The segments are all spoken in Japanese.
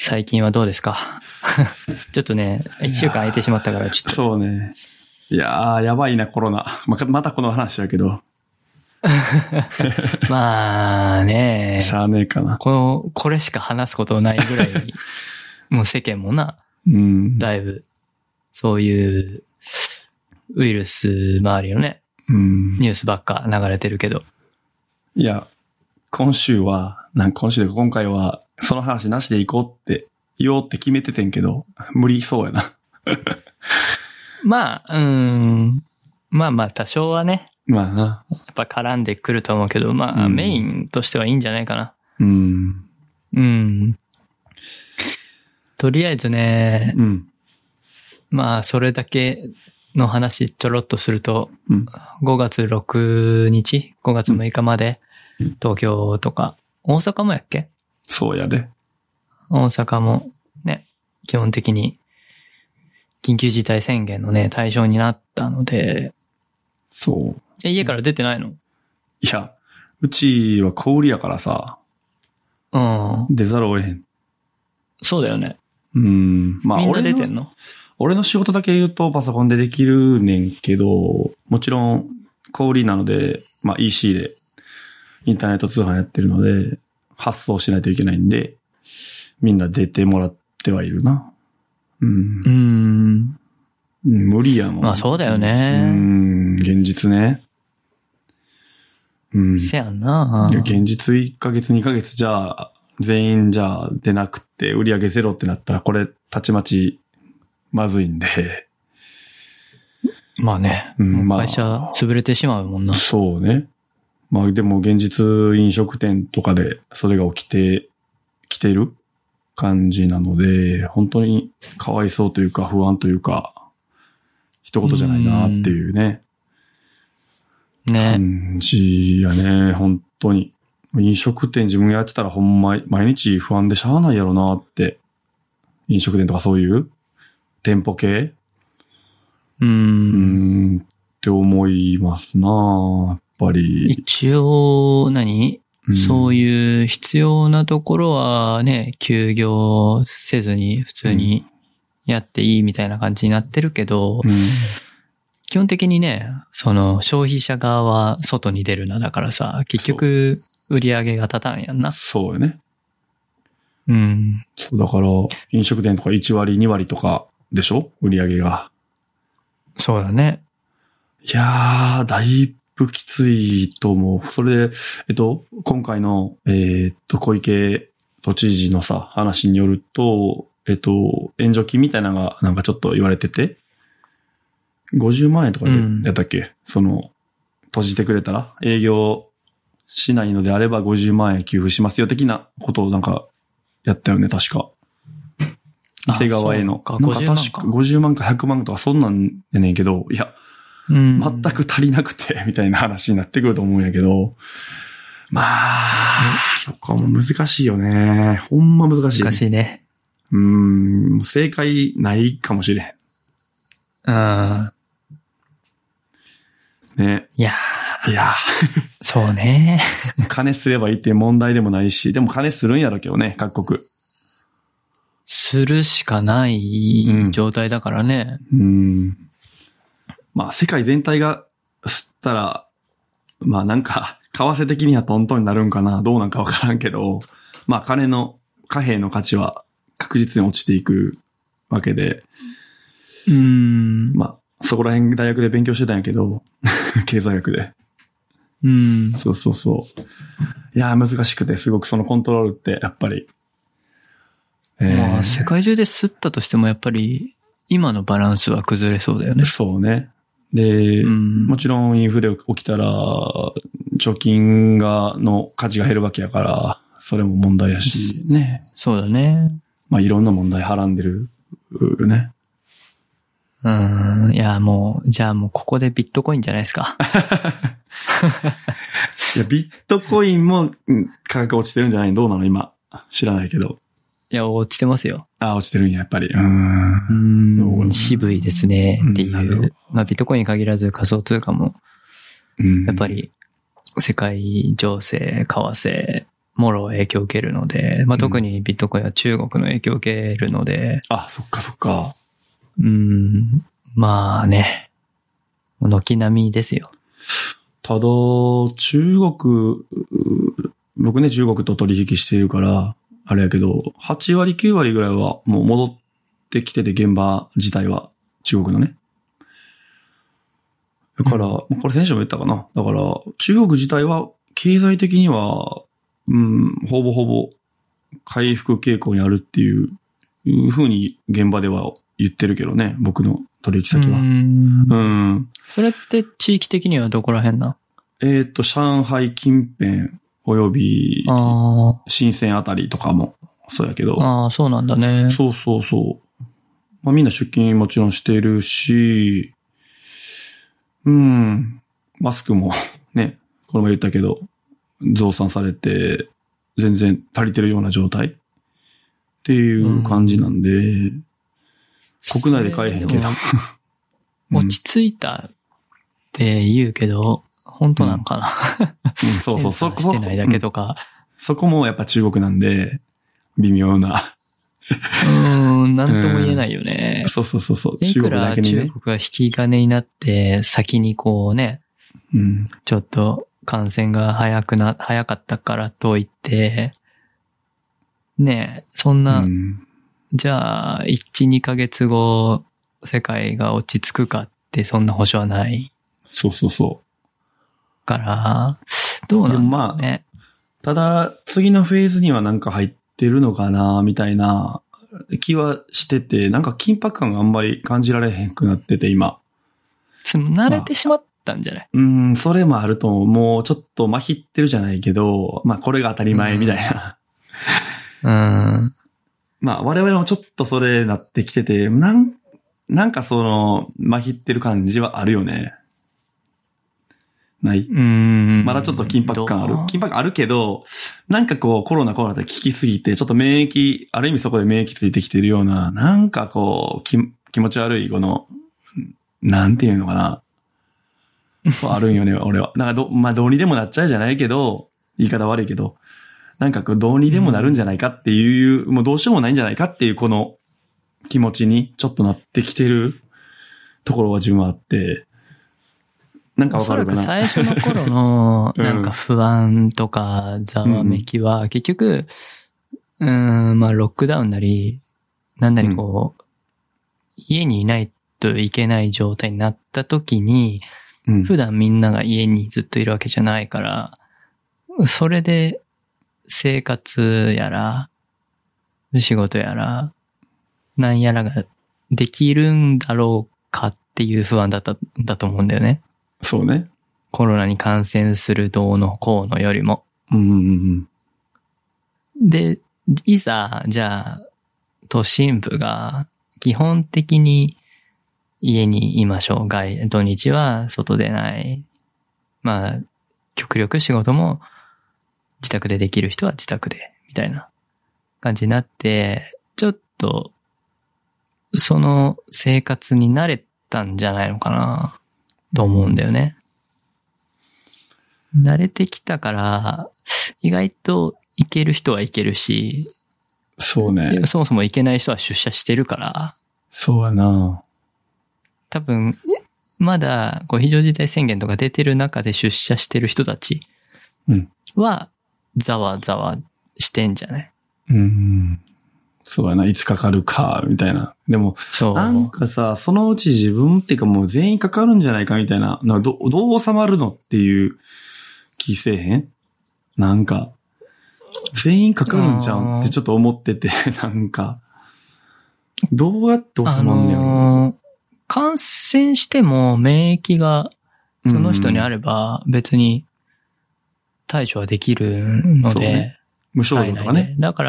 最近はどうですか？ちょっとね、一週間空いてしまったからちょっと。 そうね。いやー、やばいな、コロナ。またこの話だけど。 まあね。 しゃあねえかな。 これしか話すことないぐらい、もう世間もな、だいぶ、そういうウイルス周りのね、ニュースばっか流れてるけど。 いや、今回は、その話なしで行こうって言おうって決めててんけど、無理そうやな。 まあ、まあ多少はね。 まあな。 やっぱ絡んでくると思うけど、まあ、メインとしてはいいんじゃないかな。とりあえずね、まあ、それだけの話ちょろっとすると、5月6日 ?5 月6日まで、東京とか、大阪もやっけ？ そうやで。 大阪もね、基本的に緊急事態宣言のね、対象になったので、 そう。 家から出てないの？ いや、うちは小売りやからさ、出ざるを得へん。 そうだよね。 まあ、 みんな出てんの？ 俺の仕事だけ言うとパソコンでできるねんけど、もちろん小売りなので、まあ EC でインターネット通販やってるので、発送しないといけないんで、みんな出てもらってはいるな。無理やもん。 まあそうだよね。 現実ね。 せやんな。 現実1ヶ月2ヶ月じゃあ、全員じゃあ出なくて売り上げゼロってなったらこれたちまちまずいんで。 まあね。もう会社潰れてしまうもんな。 そうね。まあでも現実飲食店とかでそれが起きてる感じなので、本当にかわいそうというか不安というか、一言じゃないなっていうね。感じやね、本当に。飲食店自分やってたらほんま毎日不安でしゃあないやろなって。飲食店とかそういう店舗系って思いますな、やっぱり。 一応そういう必要なところはね、休業せずに普通にやっていいみたいな感じになってるけど、基本的にね、その消費者側は外に出るなだからさ、結局売り上げが立たんやんな。 そうよね。そうだから飲食店とか1割2割とかでしょ？売り上げが。 そうだね。 いやー、だいぶきついと思う。それで、今回の、小池都知事のさ、話によると、援助金みたいなのがなんかちょっと言われてて、50万円とかでやったっけ？閉じてくれたら、営業しないのであれば50万円給付しますよ的なことをなんかやったよね、確か。店側への。なんか確か50万か100万とかそんなんやねんけど、いや、全く足りなくて、みたいな話になってくると思うんやけど、まあ、そこも難しいよね。ほんま難しい。 難しいね。 正解ないかもしれへん。ね。 いやそうね。 金すればいいって問題でもないし、でも金するんやろけどね、各国。 するしかない状態だからね。 まあ、世界全体が吸ったら、まあなんか、為替的にはトントンになるんかな、どうなんかわからんけど、まあ貨幣の価値は確実に落ちていくわけで、まあ、そこら辺大学で勉強してたんやけど、経済学で。そう。いやー難しくて、すごくそのコントロールってやっぱり。 まあ、世界中で吸ったとしてもやっぱり、今のバランスは崩れそうだよね。 そうね。で、もちろんインフレ起きたら、貯金の価値が減るわけやから、それも問題やし。 ね。そうだね。 まあいろんな問題はらんでるよね。 いや、じゃあもうここでビットコインじゃないですか。 いや、ビットコインも価格落ちてるんじゃないの？どうなの今。知らないけど。 いや、落ちてますよ。 落ちてるんや、やっぱり。 渋いですね、っていう。まあ、ビットコインに限らず仮想通貨も、やっぱり、世界情勢、為替、 もろ影響を受けるので、まあ、特にビットコインは中国の影響を受けるので。 あ、そっかそっか。 まあね。軒並みですよ。 ただ、僕ね、中国と取引しているから、あれやけど、8割9割ぐらいはもう戻ってきてて、現場自体は、中国のね。だから、これ先週も言ったかな。だから、中国自体は、経済的には、ほぼほぼ回復傾向にあるっていう風に現場では言ってるけどね、僕の取引先は。 それって地域的にはどこら辺な？ 上海近辺および深センあたりとかもそうやけど。 ああ、そうなんだね。 そうそうそう。まあみんな出勤もちろんしてるし、マスクもね、この前言ったけど、増産されて、全然足りてるような状態っていう感じなんで、国内で買えへんけど。 落ち着いたって言うけど、本当なんかな。 そうそう、そこしてないだけとか。 そこもやっぱ中国なんで、微妙な。 なんとも言えないよね。 そうそうそうそう。 いくら中国が引き金になって、先にこうね、ちょっと感染が早かったからといって、ねえ、そんな、じゃあ、1、2ヶ月後、世界が落ち着くかってそんな保証はない。 そうそうそう。 から、どうなんだろうね。でもまあ、 ただ、次のフェーズにはなんか入ってるのかな、みたいな気はしてて、なんか緊迫感があんまり感じられへんくなってて、今。 慣れてしまったんじゃない？ それもあると思う。もうちょっとまひってるじゃないけど、まあこれが当たり前みたいな。まあ我々もちょっとそれなってきてて、なんかその、まひってる感じはあるよね。ない？まだちょっと緊迫感ある。緊迫あるけど、なんかこうコロナって聞きすぎて、ちょっと免疫、ある意味そこで免疫ついてきてるような、なんかこう、気持ち悪いこの、なんていうのかな。あるんよね、俺は。なんかまあどうにでもなっちゃうじゃないけど、言い方悪いけど、なんかこうどうにでもなるんじゃないかっていう、もうどうしようもないんじゃないかっていうこの気持ちにちょっとなってきてるところは自分はあって、なんかわかるかな。 おそらく最初の頃の、なんか不安とかざわめきは、結局、まあロックダウンなり、なんなりこう、家にいないといけない状態になった時に、普段みんなが家にずっといるわけじゃないから、それで生活やら、仕事やら、なんやらができるんだろうかっていう不安だと思うんだよね。 そうね。 コロナに感染するどうのこうのよりも。で、いざ、じゃあ、都心部が基本的に家にいましょう。土日は外出ない。まあ、極力仕事も自宅でできる人は自宅で、みたいな感じになって、ちょっと、その生活に慣れたんじゃないのかな、と思うんだよね。慣れてきたから、意外と行ける人は行けるし、 そうね。 そもそも行けない人は出社してるから、 そうやな。 多分、まだ、非常事態宣言とか出てる中で出社してる人たちは、ざわざわしてんじゃない？ そうやな、いつかかるか、みたいな。でも、 そう。 なんかさ、そのうち自分っていうかもう全員かかるんじゃないかみたいな、どう収まるのっていう気せえへん？なんか、全員かかるんじゃんってちょっと思ってて、なんか、どうやって収まんねやろ。 感染しても免疫がその人にあれば別に対処はできるので、ね、 無症状とかね。 だから、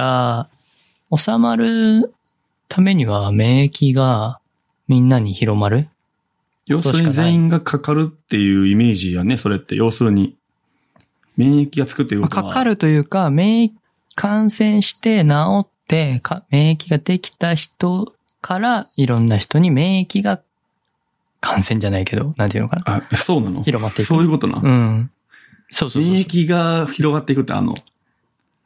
収まるためには免疫がみんなに広まる。 要するに全員がかかるっていうイメージやね、それって。要するに。免疫がつくっていうことは。 かかるというか、感染して治って、免疫ができた人からいろんな人に免疫が感染じゃないけど、なんていうのかな。 あ、そうなの？ 広まっていく。 そういうことな。 そう。 免疫が広がっていくってあんの？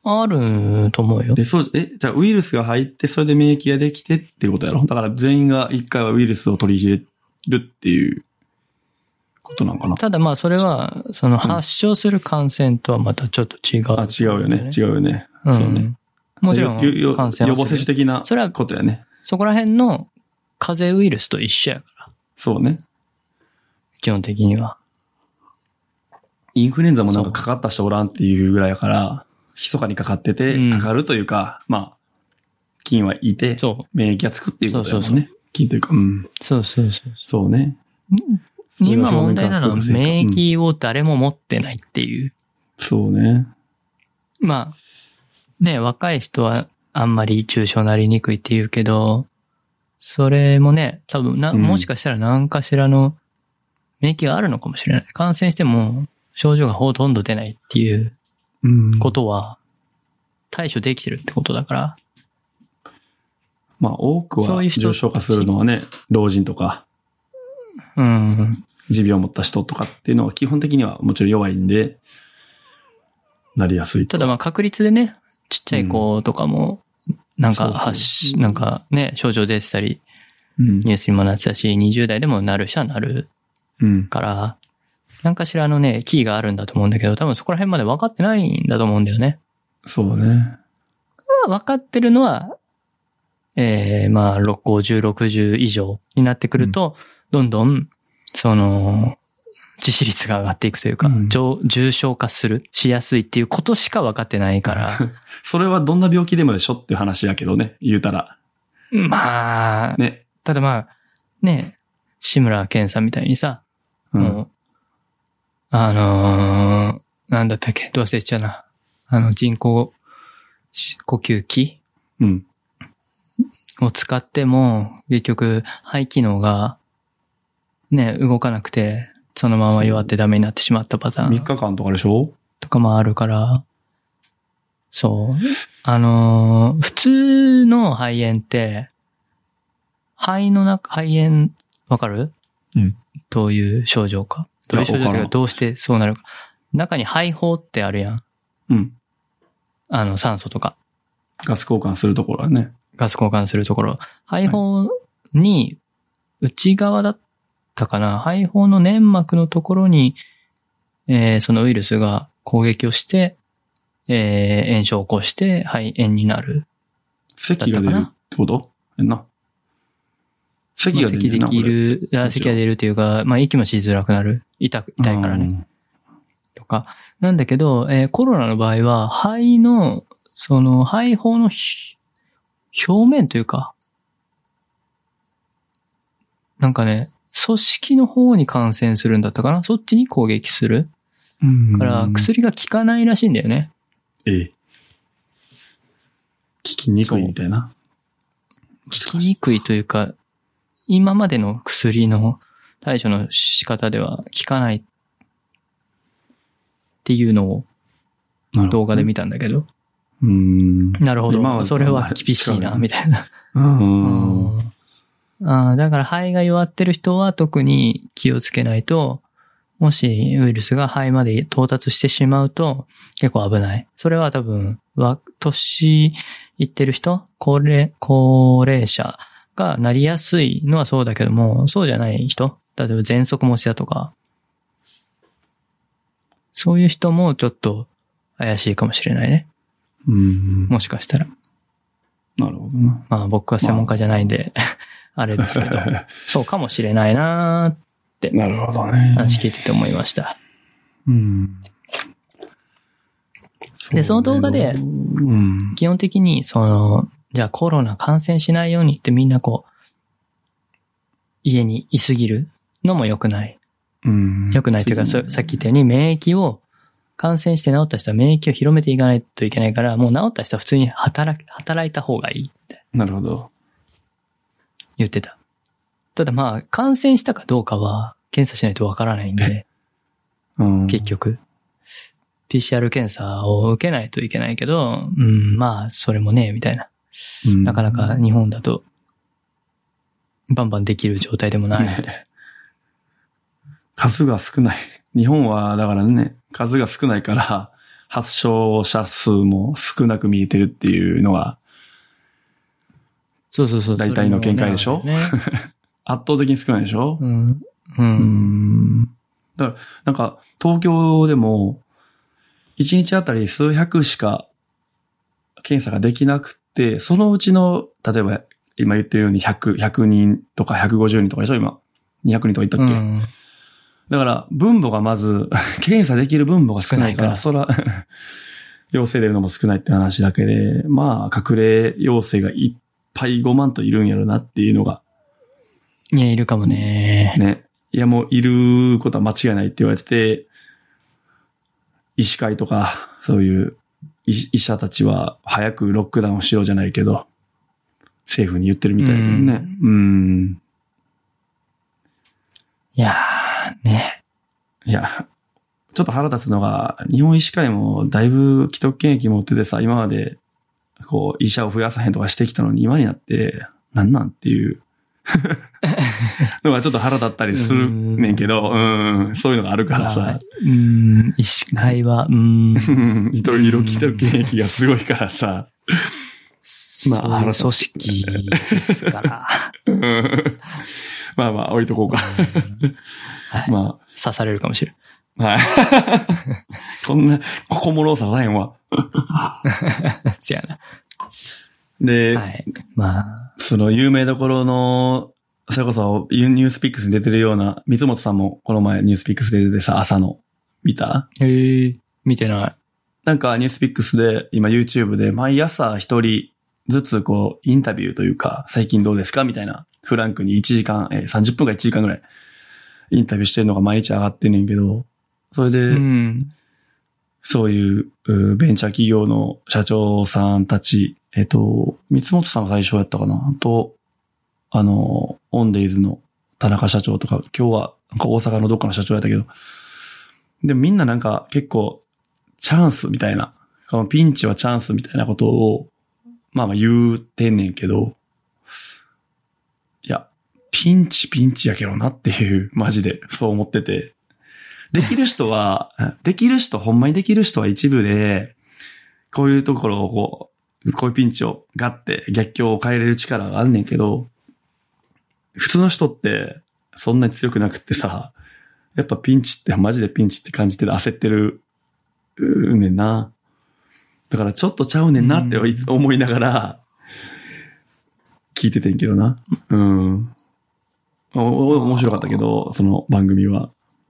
あると思うよ。 じゃあウイルスが入って、それで免疫ができてっていうことやろ？だから全員が一回はウイルスを取り入れるっていうことなんかな。 ただまあそれは、その発症する感染とはまたちょっと違う、 あ、違うよね。違うよね。そうね。 もちろん感染予防接種的なことやね。 そこら辺の風邪ウイルスと一緒やから。 そうね。 基本的には。 インフルエンザもなんかかかった人おらんっていうぐらいやから、密かにかかってて、かかるというか、まあ、菌はいて、免疫がつくっていうことだもんね。菌というか、 そう。 そうね。 今問題なのは免疫を誰も持ってないっていう。 そうね。 まあ、ね、若い人はあんまり重症なりにくいって言うけど、それもね、多分もしかしたら何かしらの免疫があるのかもしれない。感染しても症状がほとんど出ないっていうことは対処できてるってことだから。 まあ多くは重症化するのはね、老人とか、持病を持った人とかっていうのは基本的にはもちろん弱いんで、なりやすい。 ただまあ確率でね、ちっちゃい子とかも、なんかなんかね、症状出てたり、ニュースにもなってたし、20代でもなる人はなるから、なんかしらのね、キーがあるんだと思うんだけど、多分そこら辺まで分かってないんだと思うんだよね。 そうね。 分かってるのは、まあ、50、60以上になってくると、どんどん、致死率が上がっていくというか、重症化しやすいっていうことしか分かってないから。 それはどんな病気でもでしょっていう話やけどね、言うたら。 まあ、ね。ただまあ、ね、志村けんさんみたいにさ、もう、なんだったっけ、どう忘れちゃうな。人工呼吸器を使っても、結局、肺機能が、ね、動かなくて、そのまま弱ってダメになってしまったパターン。 3日間とかでしょ？ とかもあるから、そう。普通の肺炎って、肺炎、わかる？どういう症状か。どういう症状か、どうしてそうなるか。中に肺胞ってあるやん。酸素とか。 ガス交換するところはね。 ガス交換するところ。肺胞に、内側だったかな。肺胞の粘膜のところに、そのウイルスが攻撃をして、炎症を起こして肺炎になる。 咳が出るってことな。咳が出る。 咳が出るというか、まあ息もしづらくなる。痛いからね。とか。なんだけど、コロナの場合は、肺の、肺胞の表面というか、なんかね、組織の方に感染するんだったかな？そっちに攻撃する。から、薬が効かないらしいんだよね。効きにくいみたいな。 効きにくいというか、今までの薬の対処の仕方では効かないっていうのを動画で見たんだけど。なるほど。それは厳しいな、みたいな。だから肺が弱ってる人は特に気をつけないと、もしウイルスが肺まで到達してしまうと結構危ない。それは多分、年いってる人、高齢者がなりやすいのはそうだけども、そうじゃない人、例えば喘息持ちだとか、そういう人もちょっと怪しいかもしれないね。もしかしたら。 なるほどな。 まあ僕は専門家じゃないんで、あれですけど、そうかもしれないなーって、 なるほどね。 話聞いてて思いました。で、その動画で、基本的に、じゃあコロナ感染しないようにってみんな家に居すぎるのも良くない。良くないというか、さっき言ったように免疫を、感染して治った人は免疫を広めていかないといけないから、もう治った人は普通に働いた方がいいって。 なるほど。 言ってた。ただまあ、感染したかどうかは検査しないとわからないんで、結局。PCR 検査を受けないといけないけど、まあ、それもね、みたいな。なかなか日本だと、バンバンできる状態でもないので。 数が少ない。日本は、だからね、数が少ないから、 発症者数も少なく見えてるっていうのが、 そうそうそう。 大体の見解でしょ、 ね、 圧倒的に少ないでしょだから、なんか、東京でも、1日あたり数百しか検査ができなくて、そのうちの、例えば、今言ってるように100人とか150人とかでしょ今。200人とか言ったっけ、だから、分母がまず、検査できる分母が少ないから、そら、陽性出るのも少ないって話だけで、まあ、隠れ陽性がいっぱい5万といるんやろなっていうのが。 いや、いるかもね。 ね。いや、もういることは間違いないって言われてて、医師会とか、そういう医者たちは早くロックダウンしろじゃないけど、政府に言ってるみたいだけどね。 いやー、ね。 いや、ちょっと腹立つのが、日本医師会もだいぶ既得権益持っててさ、今まで、こう、医者を増やさへんとかしてきたのに、今になって、なんていうのがちょっと腹立ったりするねんけど、そういうのがあるからさ。 医師会は、 いろいろ既得権益がすごいからさ。 まあ、組織ですから。 まあまあ、置いとこうか。 はい、まあ。刺されるかもしれん。 はい。こんな、小物を刺さへんわ。 せやな。 で、 はい、まあ。 その有名どころの、それこそニュースピックスに出てるような、水本さんもこの前ニュースピックスで出てさ、朝の、見た？ 見てない。 なんかニュースピックスで、今 YouTube で毎朝一人ずつこう、インタビューというか、最近どうですかみたいな、フランクに1時間、30分か1時間ぐらい、インタビューしてるのが毎日上がってんねんけど、それで、そういうベンチャー企業の社長さんたち、三本さんが最初やったかなと、オンデイズの田中社長とか、今日はなんか大阪のどっかの社長やったけど、でもみんななんか結構チャンスみたいな、このピンチはチャンスみたいなことを、まあまあ言うてんねんけど、いや、ピンチやけどなっていう、マジでそう思ってて、ほんまにできる人は一部で、こういうところをこういうピンチをガッて逆境を変えれる力があんねんけど、普通の人ってそんなに強くなくってさ、やっぱピンチってマジでピンチって感じて焦ってるねんな。だからちょっとちゃうねんなって思いながら聞いててんけどな。面白かったけど、その番組は。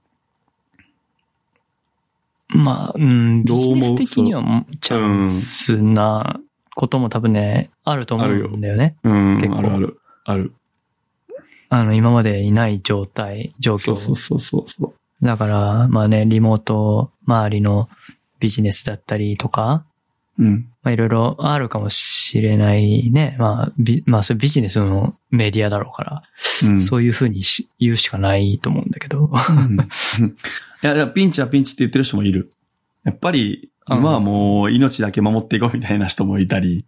まあ、ビジネス的にはチャンスなことも多分ね、あると思うんだよね。 結構。ある。 今までにない状況。 そう。 だから、まあね、リモート周りのビジネスだったりとか、まあいろいろあるかもしれないね。まあそれビジネスのメディアだろうから、そういうふうに言うしかないと思うんだけど。 いや、ピンチはピンチって言ってる人もいる。やっぱり、今はもう命だけ守っていこうみたいな人もいたり。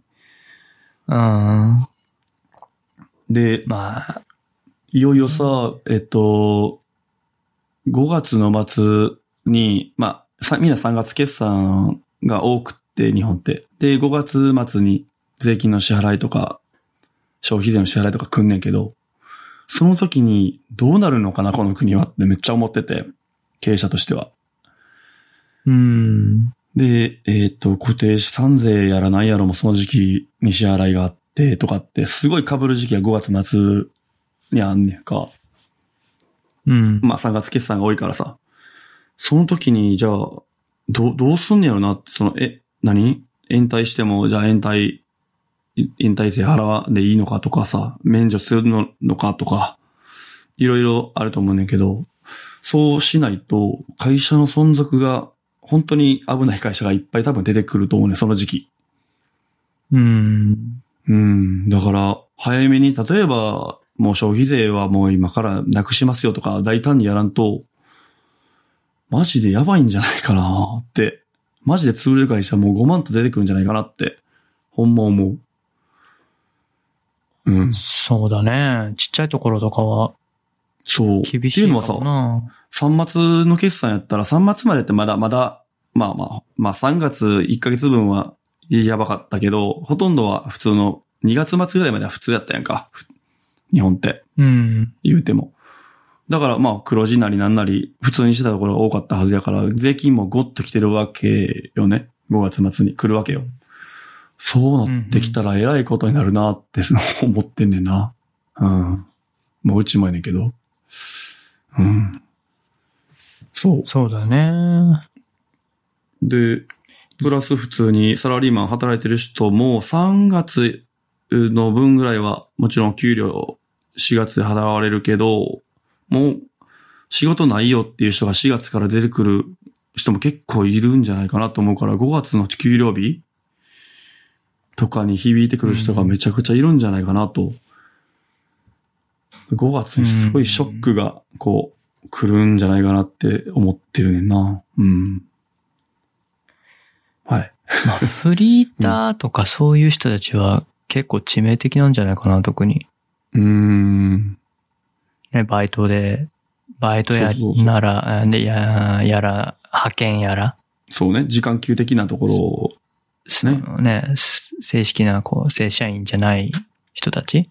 で、 まあ、 いよいよさ、5月の末に、まあ、みんな3月決算が多くって日本って。で、5月末に税金の支払いとか、消費税の支払いとか来んねんけど、その時にどうなるのかな、この国はってめっちゃ思ってて、経営者としては。で、固定資産税やらないやろもその時期に支払いがあってとかって、すごい被る時期が5月末にあんねんか。まあ3月決算が多いからさ。その時に、じゃあ、どうすんねやろなって、延滞しても、じゃあ延滞税払わんでいいのかとかさ、免除するのかとか、いろいろあると思うねんけど、そうしないと、会社の存続が、本当に危ない会社がいっぱい多分出てくると思うね、その時期。だから、早めに、例えば、もう消費税はもう今からなくしますよとか、大胆にやらんと、マジでやばいんじゃないかなって、マジで潰れる会社もう5万と出てくるんじゃないかなって、ほんま思う。 そうだね。ちっちゃいところとかは、 そう。 厳しいかもな。 っていうのはさ、3末の決算やったら3末までってまだまあ3月1ヶ月分はやばかったけど、ほとんどは普通の2月末ぐらいまでは普通やったやんか。日本って。 うん。 言うても。だからまあ黒字なりなんなり普通にしてたところが多かったはずやから、税金もゴッと来てるわけよね。5月末に来るわけよ。そうなってきたら偉いことになるなって思ってんねんな。うん。もううちもやねんけど。うん。そう。 そうだね。 で、プラス普通にサラリーマン働いてる人も3月の分ぐらいはもちろん給料4月で払われるけど、もう仕事ないよっていう人が4月から出てくる人も結構いるんじゃないかなと思うから、5月の給料日とかに響いてくる人がめちゃくちゃいるんじゃないかなと。5月にすごいショックがこう来るんじゃないかなって思ってるねんな。うん。はい。 まあ、フリーターとかそういう人たちは結構致命的なんじゃないかな、特に。ね、バイトやなら、やら、派遣やら。 そうね、時間給的なところをね、正式な、正社員じゃない人たち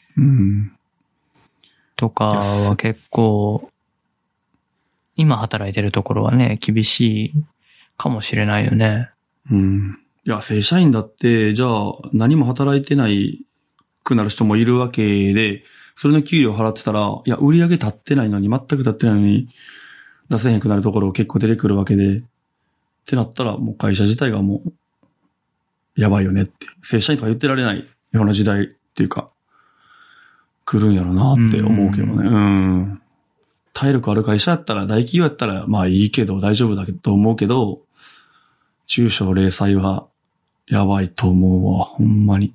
とかは結構、今働いてるところはね、厳しいかもしれないよね。 うん。いや、正社員だって、じゃあ、何も働いてないくなる人もいるわけで、それの給料払ってたら、いや、売り上げ立ってないのに、全く立ってないのに、出せへんくなるところ結構出てくるわけで、ってなったら、もう会社自体がもう、やばいよねって。正社員とか言ってられないような時代っていうか、来るんやろなって思うけどね。うん。体力ある会社やったら、大企業やったら、まあいいけど、大丈夫だと思うけど、中小零細は、やばいと思うわ、ほんまに。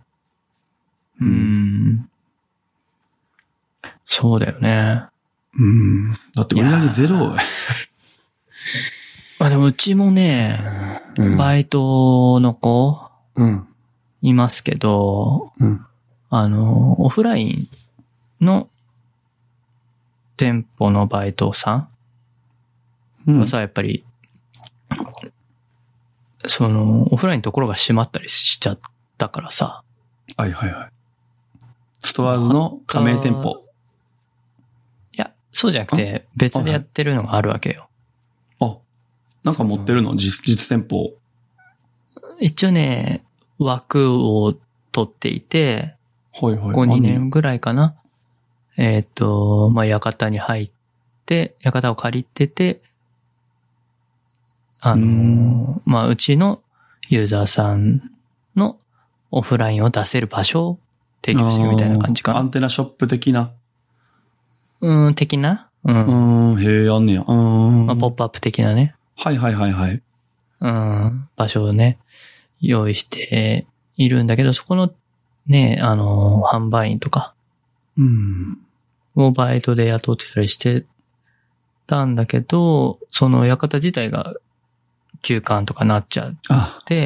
そうだよね。 だって売り上げゼロ。 でもうちもね、バイトの子、いますけど、オフラインの店舗のバイトさんはさ、やっぱり、オフラインのところが閉まったりしちゃったからさ。 はいはいはい。ストアーズの加盟店舗。 いや、そうじゃなくて、別でやってるのがあるわけよ。 あ、なんか持ってるの？実店舗。 一応ね、枠を取っていて、 はいはい。 ここ2年ぐらいかな。まあ、館に入って、館を借りてて、まあ、うちのユーザーさんのオフラインを出せる場所を提供するみたいな感じかな。 アンテナショップ的な。 的な？ へえ、あんねや。 まあ、ポップアップ的なね。 はいはいはいはい。 場所をね、用意しているんだけど、そこのね、販売員とか。をバイトで雇ってたりしてたんだけど、その館自体が休館とかなっちゃって。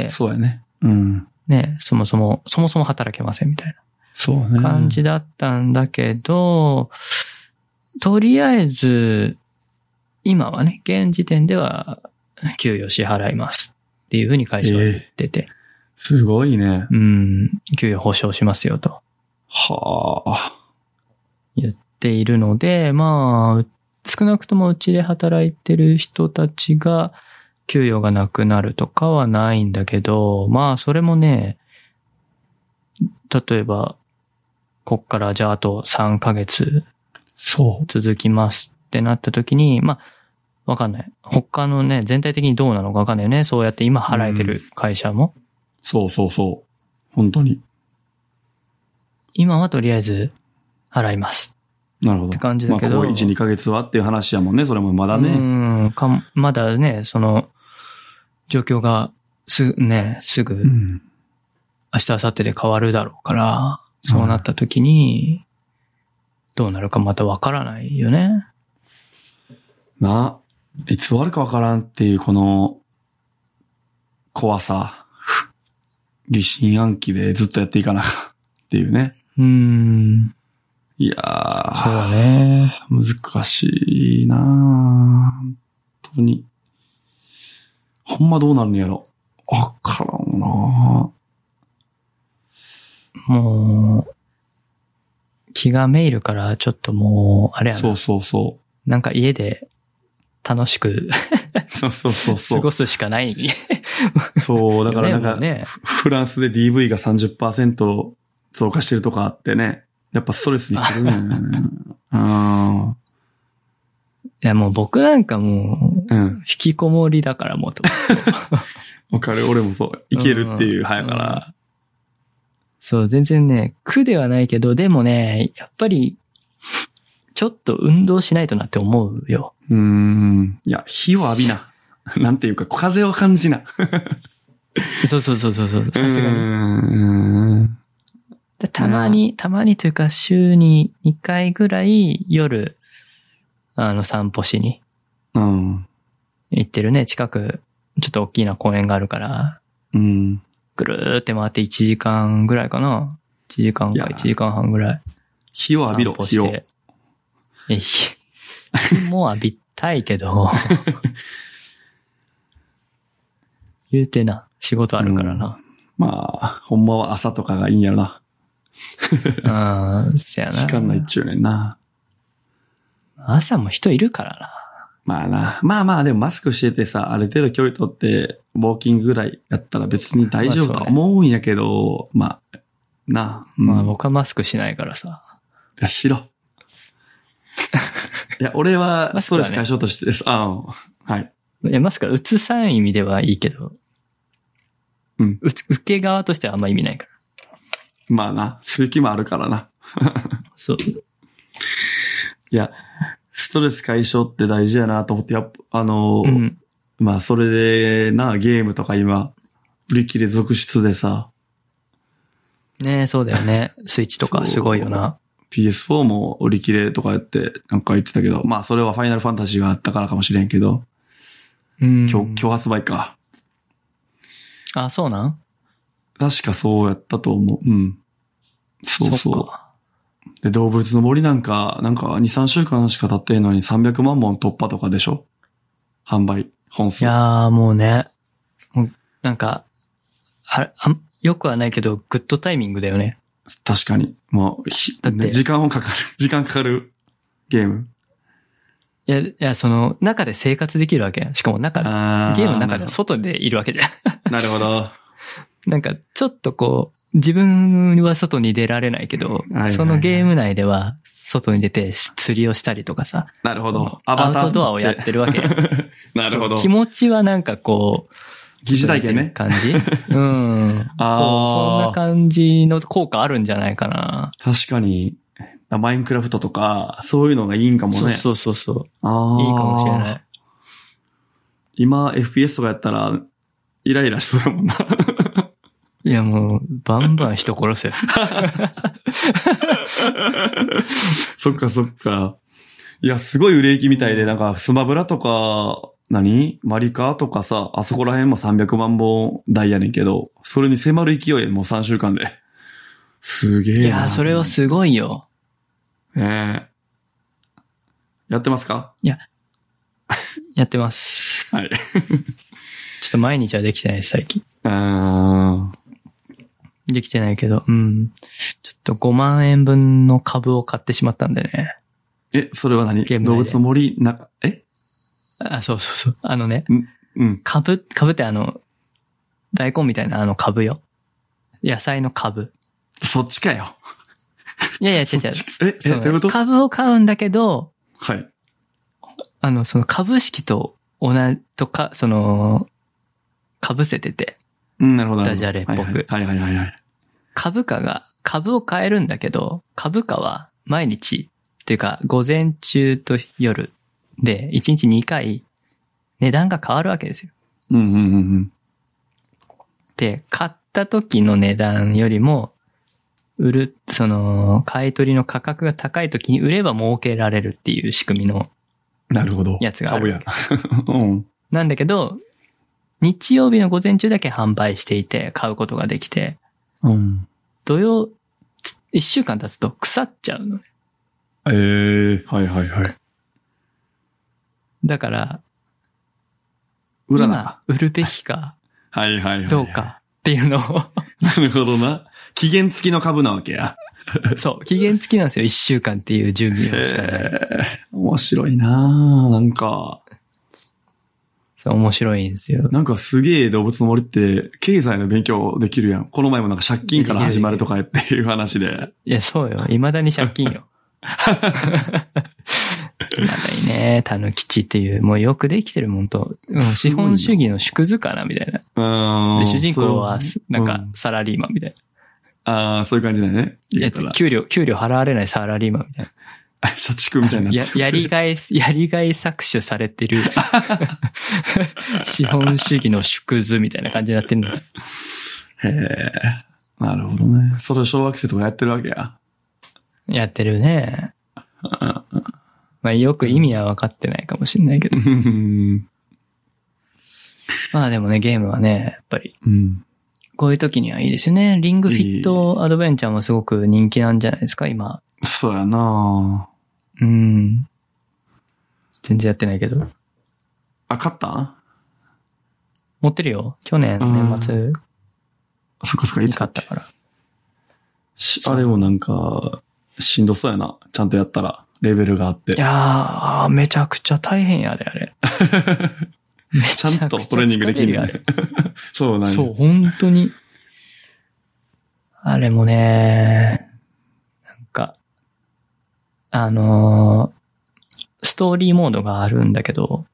そうやね。 ね、そもそも働けませんみたいな。 そうね。 感じだったんだけど、とりあえず、今はね、現時点では、給与支払いますっていうふうに会社は言ってて。 すごいね。 給与保証しますよと。 はあ。 言っているので、まあ、少なくともうちで働いてる人たちが、給与がなくなるとかはないんだけど、まあ、それもね、例えば、こっからじゃああと3ヶ月続きますってなった時に、まあ、わかんない。他のね、全体的にどうなのかわかんないよね。そうやって今払えてる会社も。 そうそうそう。本当に。 今はとりあえず払います。 なるほど。 って感じだけど。 まあ、ここ1、2ヶ月はっていう話やもんね。それもまだね。 まだね、その、状況がすぐ、明日、明後日で変わるだろうから、そうなった時に、どうなるかまたわからないよね。 いつ終わるかわからんっていうこの、怖さ、疑心暗鬼でずっとやっていかなっていうね。いやー。 そうだね。 難しいなぁ。本当に。 ほんまどうなんねやろ。わからんな。 もう、気がめいるからちょっともう、あれやな。 そうそうそなんか家で楽しくう。そうそうそう。 過ごすしかない。 そう、だからなんか、 ね、 フランスで DV が 30% 増加してるとかあってね。やっぱストレスに来るんやね。 いやもう僕なんかもう、 うん。 引きこもりだからもうと。 わかる。俺もそう。いけるっていう派やから。 そう、全然ね、苦ではないけど、でもね、やっぱり、ちょっと運動しないとなって思うよ。 いや、火を浴びな。なんていうか、風を感じな。 そう、さすがに。たまにというか、週に2回ぐらい夜、散歩しに。行ってるね。近く、ちょっと大きな公園があるから。ぐるーって回って1時間ぐらいかな。1時間か1時間半ぐらい。 火を浴びろ、火を。 火も浴びたいけど。言うてな、仕事あるからな。 まあ、ほんまは朝とかがいいんやろな。 せやな。 時間ないっちゅうねんな。 朝も人いるからな。 まあな。まあでもマスクしててさ、ある程度距離取って、ウォーキングぐらいやったら別に大丈夫とは思うんやけど、まあ、な。 まあ僕はマスクしないからさ。 いや、しろ。いや、俺はストレス解消としてです。はい。 いや、マスクはうつさん意味ではいいけど、受け側としてはあんま意味ないから。 まあな、数気もあるからな。 そう。 いや、ストレス解消って大事やなと思って、まあそれでな、ゲームとか今、売り切れ続出でさ。 ねえ、そうだよね。スイッチとかすごいよな。 PS4 も売り切れとかやってなんか言ってたけど、まあそれはファイナルファンタジーがあったからかもしれんけど、今日発売か。 あ、そうなん？ 確かそうやったと思う。そう。で、動物の森なんか2、3週間しか経ってんのに300万本突破とかでしょ？販売本数。 いやーもうね、なんか、よくはないけど、グッドタイミングだよね。 確かに。もう、時間かかるゲーム。 いや、その、中で生活できるわけ。しかもゲームの中では外でいるわけじゃん。 なるほど。 なんか、ちょっとこう、自分は外に出られないけど、そのゲーム内では、外に出て釣りをしたりとかさ。 なるほど。 アウトドアをやってるわけ。 なるほど。 気持ちはなんかこう、 疑似体験ね。 感じそんな感じの効果あるんじゃないかな。 確かに。マインクラフトとか、そういうのがいいんかもね。 そう。いいかもしれない。 今、FPS とかやったら、イライラしそうやもんな。 いやもう、バンバン人殺せよ。 そっか。いや、すごい売れ行きみたいで、なんか、スマブラとか、マリカとかさ、あそこら辺も300万本台やねんけど、それに迫る勢いでもう3週間で。すげえな。 いや、それはすごいよ。 ねえ。やってますか？ いや、やってます。 はい。 ちょっと毎日はできてないです、最近。できてないけど、ちょっと5万円分の株を買ってしまったんでね。 それは何？動物の森、 そう。株って大根みたいな株よ。野菜の株。 そっちかよ。 いや、違う。 どういうこと？ 株を買うんだけど、 はい。 その株式と被せてて。 なるほど。 ダジャレっぽく。 はい。 株を買えるんだけど、株価は毎日、というか午前中と夜で1日2回値段が変わるわけですよ。で、買った時の値段よりも、買い取りの価格が高い時に売れば儲けられるっていう仕組みのやつがある。 なるほど。 なんだけど、日曜日の午前中だけ販売していて買うことができて、土曜、1週間経つと腐っちゃうのね。 はい。 だから、 今売るべきか、 はいはいはい。 どうかっていうのを。 なるほどな。期限付きの株なわけや。 そう、期限付きなんですよ。1週間っていう準備をしかない。 面白いなぁ。なんか。 そう、面白いんですよ。 なんかすげえ動物の森って、経済の勉強できるやん。この前もなんか借金から始まるとかっていう話で。 いや、そうよ。未だに借金よ。未だにね、たぬきちっていう、もうよくできてるもんと、資本主義の縮図かな、みたいな。で、主人公は、なんか、サラリーマンみたいな。 ああ、そういう感じだよね。 給料払われないサラリーマンみたいな。社畜みたいな。 やりがい搾取されてる資本主義の縮図みたいな感じになってんの。 へえ、なるほどね。それ小学生とかやってるわけや。 やってるね。まあよく意味は分かってないかもしれないけど。まあでもね、ゲームはね、やっぱり。こういう時にはいいですよね。リングフィットアドベンチャーもすごく人気なんじゃないですか、今。 そうやな全然やってないけど。 あ、勝った？ 持ってるよ。去年年末。 そっかそっか、いつ買ったから。 あれもなんか、しんどそうやな。ちゃんとやったら、レベルがあって。 いやー、めちゃくちゃ大変やで、あれ。 ちゃんとトレーニングできるよね。そうなんや。 そう、本当に。あれもね、なんか、ストーリーモードがあるんだけど、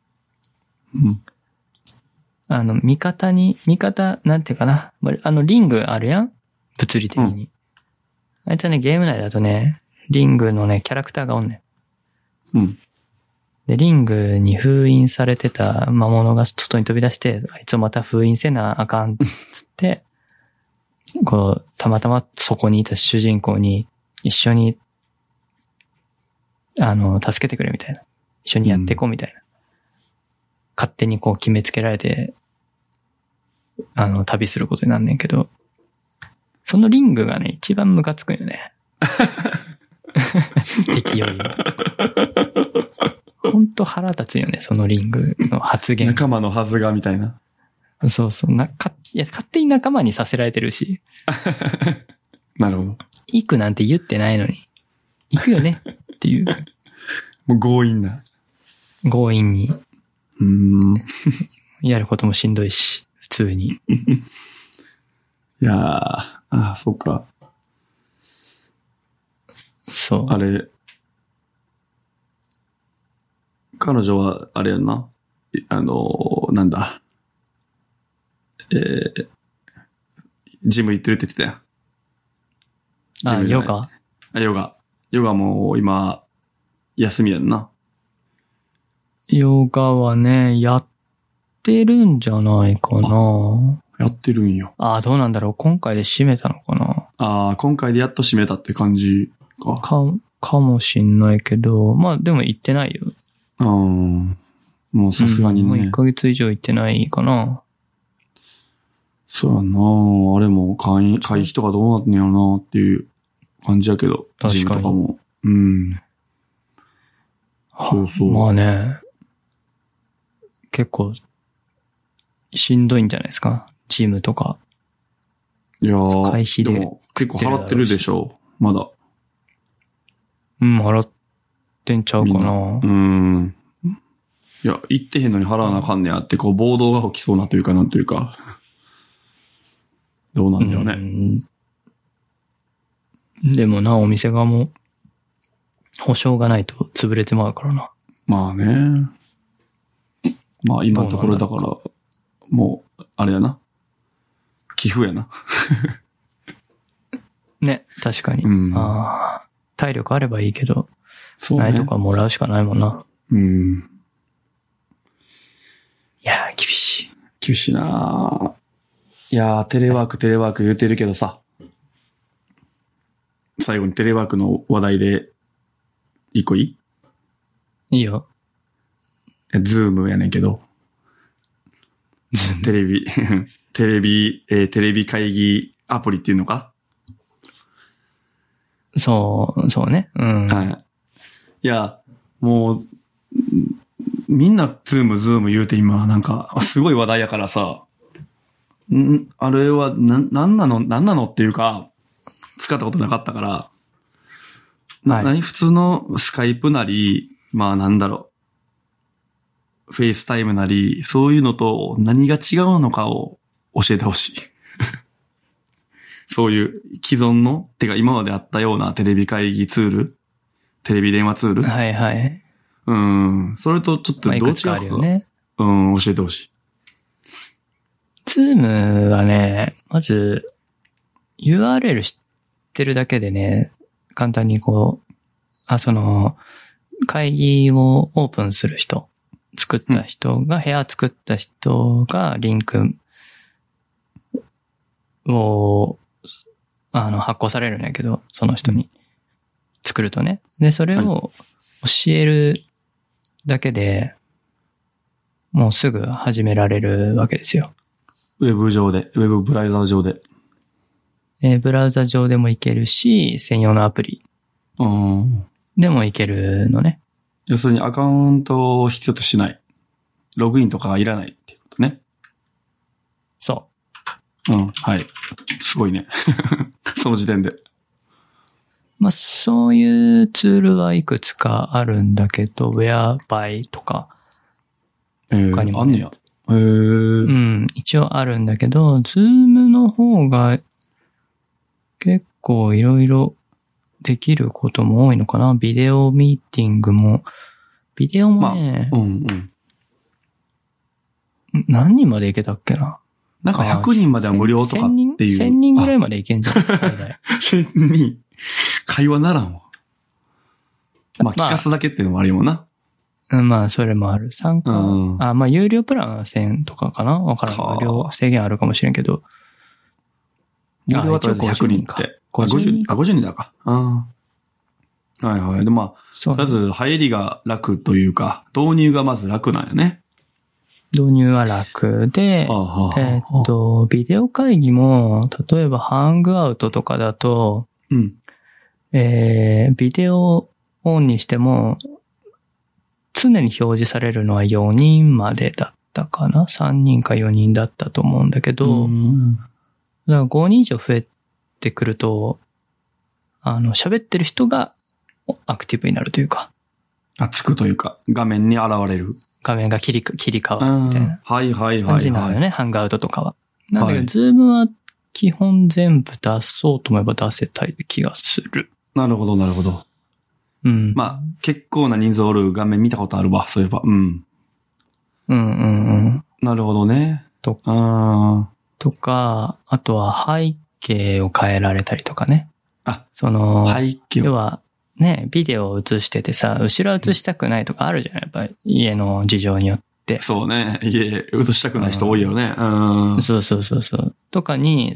味方、なんていうかな。リングあるやん？物理的に。あいつはね、ゲーム内だとね、リングのね、キャラクターがおんねん。で、リングに封印されてた魔物が外に飛び出して、あいつをまた封印せなあかんって、こう、たまたまそこにいた主人公に一緒に、助けてくれみたいな。一緒にやっていこうみたいな。勝手にこう決めつけられて、旅することになんねんけど、そのリングがね、一番ムカつくんよね。敵よりも。ほんと腹立つよね、そのリングの発言。 仲間のはずがみたいな。 そうそう。勝手に仲間にさせられてるし。 なるほど。 行くなんて言ってないのに。行くよねっていう。 もう強引な。 強引に。やることもしんどいし、普通に。 いやー、そうか。 そう。 あれ、彼女は、あれやんな。なんだ。ジム行ってるって言ってたやん。 ヨガ？ ヨガも今、休みやんな。 ヨガはね、やってるんじゃないかな。 やってるんよ。 どうなんだろう。今回で締めたのかな。 今回でやっと締めたって感じか。 かもしんないけど、まあでも行ってないよ。 もうさすがにね。 もう1ヶ月以上行ってないかな。 そうやなあれも会費とかどうなってんやろなっていう感じやけど。 確かに。 ジムとかも。そうそう。 まあね。結構、しんどいんじゃないですか。チームとか。 いやー、 会費でも結構払ってるでしょ。まだ。 払ってんちゃうかな。 いや、行ってへんのに払わなあかんねやって、こう、暴動が起きそうなというか、なんというか。どうなんだよね。 でもな、お店側も、保証がないと潰れてまうからな。 まあね。まあ今のところだから、もう、あれやな。寄付やな。 ね、確かに。体力あればいいけど、 そうね、 ないとかもらうしかないもんな。いやー、厳しい。 厳しいな。いやー、テレワーク言うてるけどさ。最後にテレワークの話題で、一個いい？ いいよ。 ズームやねんけど。テレビ会議アプリっていうのか？ そうね。 はい。いや、もう、 みんなズーム言うて今、なんか、すごい話題やからさ、あれは、なんなのっていうか、使ったことなかったから、何普通のスカイプなり、まあなんだろう、フェイスタイムなり、そういうのと何が違うのかを教えてほしい。そういう既存の、てか今まであったようなテレビ会議ツール、テレビ電話ツール。 はいはい。 それとちょっとどう違うか、 いくつかあるよね。 教えてほしい。 ズームはね、まず URL 知ってるだけでね、簡単にこう、その会議をオープンする人、作った人が、部屋作った人がリンクを発行されるんやけど、その人に作るとね。で、それを教えるだけで、もうすぐ始められるわけですよ。 ウェブ上で、ウェブブラウザ上で。 ブラウザ上でもいけるし、専用のアプリでもいけるのね。 要するにアカウントを必要としない。ログインとかはいらないっていうことね。 そう。 はい。すごいね。その時点で。 まあ、そういうツールはいくつかあるんだけど、Whereby とか。他にもね、 あんねや。 一応あるんだけど、Zoom の方が結構いろいろできることも多いのかな。ビデオミーティングも、ビデオもね、何人までいけたっけな。 なんか100人までは無料とかっていう。 1000人ぐらいまでいけんじゃん。 1000人。会話ならんわ。まあ、聞かすだけっていうのもあるよな。 まあ、それもある。参加。まあ、有料プランは1000とかかなわからん。無料制限あるかもしれんけど。 有料はとりあえず100人って。50人だか。はいはい。で、まあ、とりあえず入りが楽というか、導入がまず楽なんよね。 導入は楽で、ビデオ会議も、例えばハングアウトとかだと、ビデオオンにしても、常に表示されるのは4人までだったかな ?3 人か4人だったと思うんだけど、だから5人以上増えてくると、喋ってる人がアクティブになるというか。 つくというか、画面に現れる。 画面が切り替わるみたいな。 はいはいはい。 感じなのよね、ハンガーウトとかは。なんだけど、ズームは基本全部出そうと思えば出せたい気がする。 なるほど、なるほど。まあ、結構な人数おる画面見たことあるわ、そういえば。なるほどね。 とか、あとは背景を変えられたりとかね。背景要は、ね、ビデオを映しててさ、後ろ映したくないとかあるじゃん、やっぱり家の事情によって。 そうね、家映したくない人多いよね。 そう。とかに、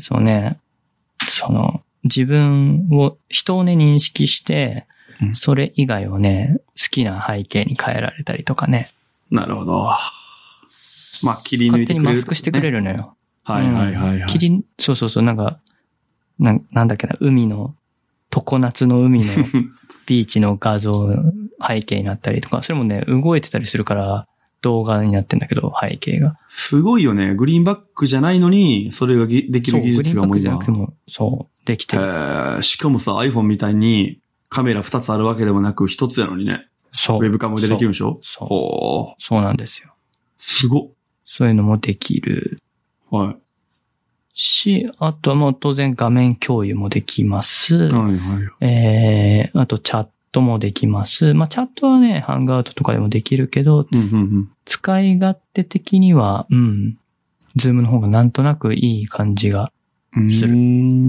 自分を、人をね、認識して、それ以外をね、好きな背景に変えられたりとかね。 なるほど。まあ、切り抜いてくれる、 勝手にマスクしてくれるのよ。 はい。 そう、なんだっけな、常夏の海のビーチの画像、背景になったりとか、それもね、動いてたりするから動画になってんだけど、背景が。 すごいよね。グリーンバックじゃないのに、それができる技術がもう今。 グリーンバックじゃなくても、そう、できてる。 しかもさ、iPhone みたいにカメラ2つあるわけでもなく1つやのにね。 そう。 ウェブカムでできるんでしょ？ そうなんですよ。 すごっ。 そういうのもできる。 はい。 あとはもう当然画面共有もできます。あとチャットもできます。まあチャットはね、ハンガーウトとかでもできるけど、使い勝手的には、ズームの方がなんとなくいい感じがする。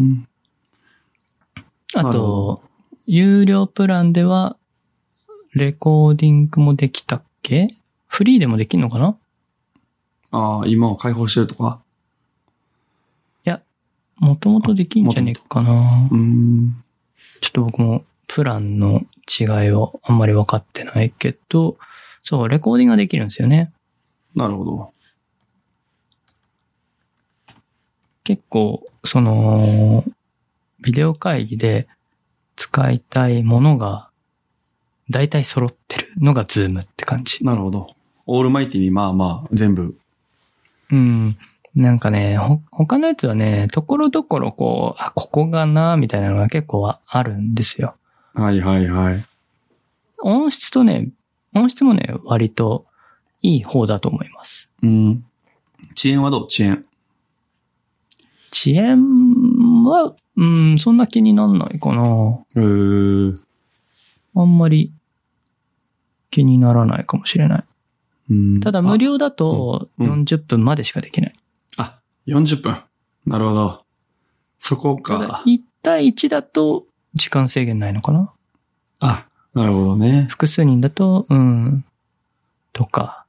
あと、有料プランでは、レコーディングもできたっけ？フリーでもできるのかな？ 今は開放してるとか？ もともとできんじゃねえかな。ちょっと僕もプランの違いをあんまり分かってないけど、そう、レコーディングができるんですよね。 なるほど。 結構、ビデオ会議で使いたいものが大体揃ってるのがズームって感じ。 なるほど。 オールマイティにまあまあ全部。 うん。なんかね、他のやつはね、ところどころこう、ここがな、みたいなのが結構あるんですよ。 はいはいはい。 音質もね、割といい方だと思います。 うん。遅延はどう？遅延は、そんな気になんないかな。あんまり気にならないかもしれない。ただ無料だと40分までしかできない。 あ、40分。なるほど。そこか。 1対1だと時間制限ないのかな？ あ、なるほどね。 複数人だと、とか。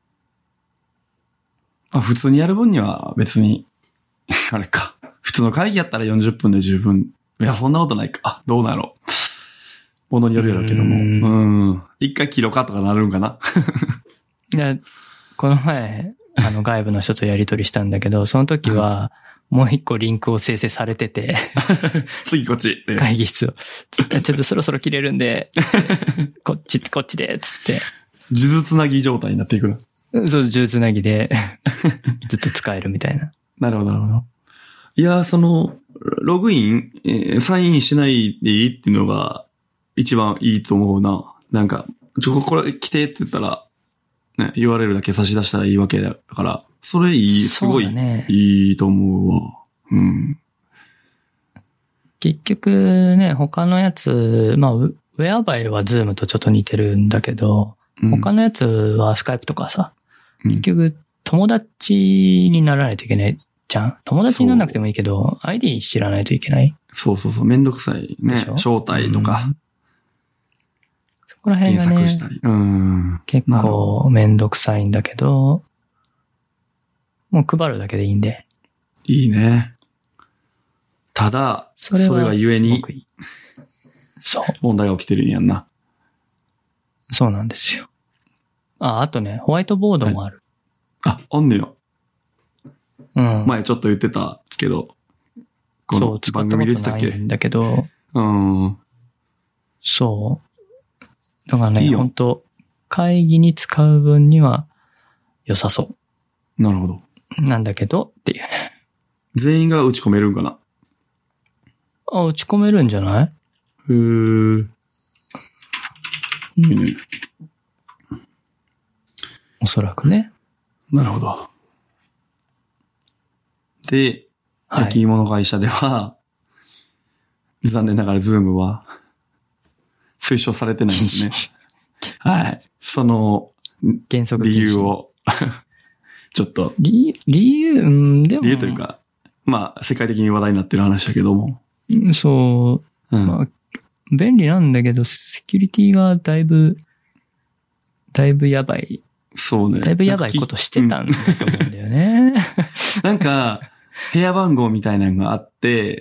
普通にやる分には別に、あれか。普通の会議やったら40分で十分。いや、そんなことないか。どうなろう。ものによるやろうけども。一回切ろうかとかなるんかな。 いや、この前、外部の人とやり取りしたんだけど、その時は、もう一個リンクを生成されてて。 次こっち。 会議室を。ちょっとそろそろ切れるんで、こっちで、つって。 数珠つなぎ状態になっていくの。 そう、数珠つなぎで、ずっと使えるみたいな。 なるほど、なるほど。いや、ログイン、サインしないでいいっていうのが一番いいと思うな。なんか、これ来てって言ったら、ね、URL だけ差し出したらいいわけだから、それすごいいいと思うわ。うん。 結局ね、他のやつ、まあ、ウェアバイは Zoom とちょっと似てるんだけど、他のやつは Skype とかさ、結局友達にならないといけないじゃん。友達にならなくてもいいけど、ID 知らないといけない。 そう。めんどくさいね。招待とか。 そこら辺がね、 検索したり。 結構めんどくさいんだけど、もう配るだけでいいんで。 いいね。ただ、それがゆえに、 そう。 問題が起きてるんやんな。 そうなんですよ。あとね、ホワイトボードもある。 あんねよ。前ちょっと言ってたけど、 この番組で言ってたっけ？そう、使ったことないんだけど、そう。だからね、本当会議に使う分には良さそう。 なるほど。 なんだけど、っていうね。 全員が打ち込めるんかな？ 打ち込めるんじゃない？ いいね。 おそらくね。 なるほど。で、焼き芋の会社では、残念ながらズームは推奨されてないんですね。はい。その原則理由をちょっと理由でも理由というか、まあ世界的に話題になってる話だけども、 そう、まあ、便利なんだけどセキュリティがだいぶやばい。 そうね。 だいぶやばいことしてたんだと思うんだよね。 なんか部屋番号みたいなのがあって、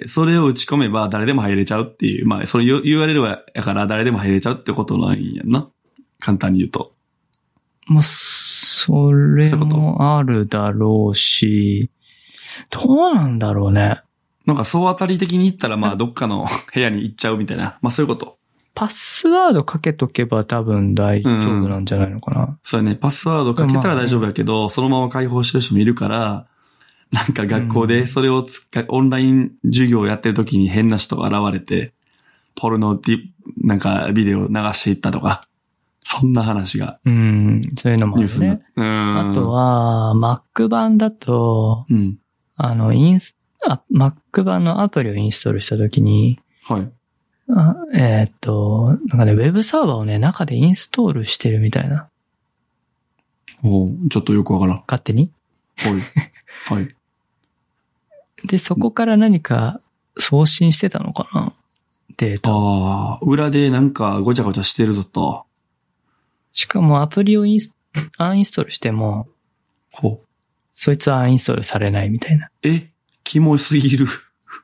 それを打ち込めば誰でも入れちゃうっていう、まあそれURLやから誰でも入れちゃうってことなんやんな。簡単に言うと。 まあ、それもあるだろうし、どうなんだろうね。 なんか総当たり的に言ったらまあどっかの部屋に行っちゃうみたいな。まあそういうこと。 パスワードかけとけば多分大丈夫なんじゃないのかな。 そうね。パスワードかけたら大丈夫やけど、そのまま開放してる人もいるから、なんか学校でそれをオンライン授業をやってる時に変な人が現れて、ポルノなんかビデオ流していったとか、そんな話が。 そういうのもあるね。あとは、Mac 版だと、Mac 版のアプリをインストールした時に、 はい。 なんかね、ウェブサーバーをね、中でインストールしてるみたいな。 ちょっとよくわからん。 勝手に？ はい。 で、そこから何か送信してたのかな？データ。 裏でなんかごちゃごちゃしてるぞと。 しかもアプリをアンインストールしても、そいつはアンインストールされないみたいな。 キモすぎる。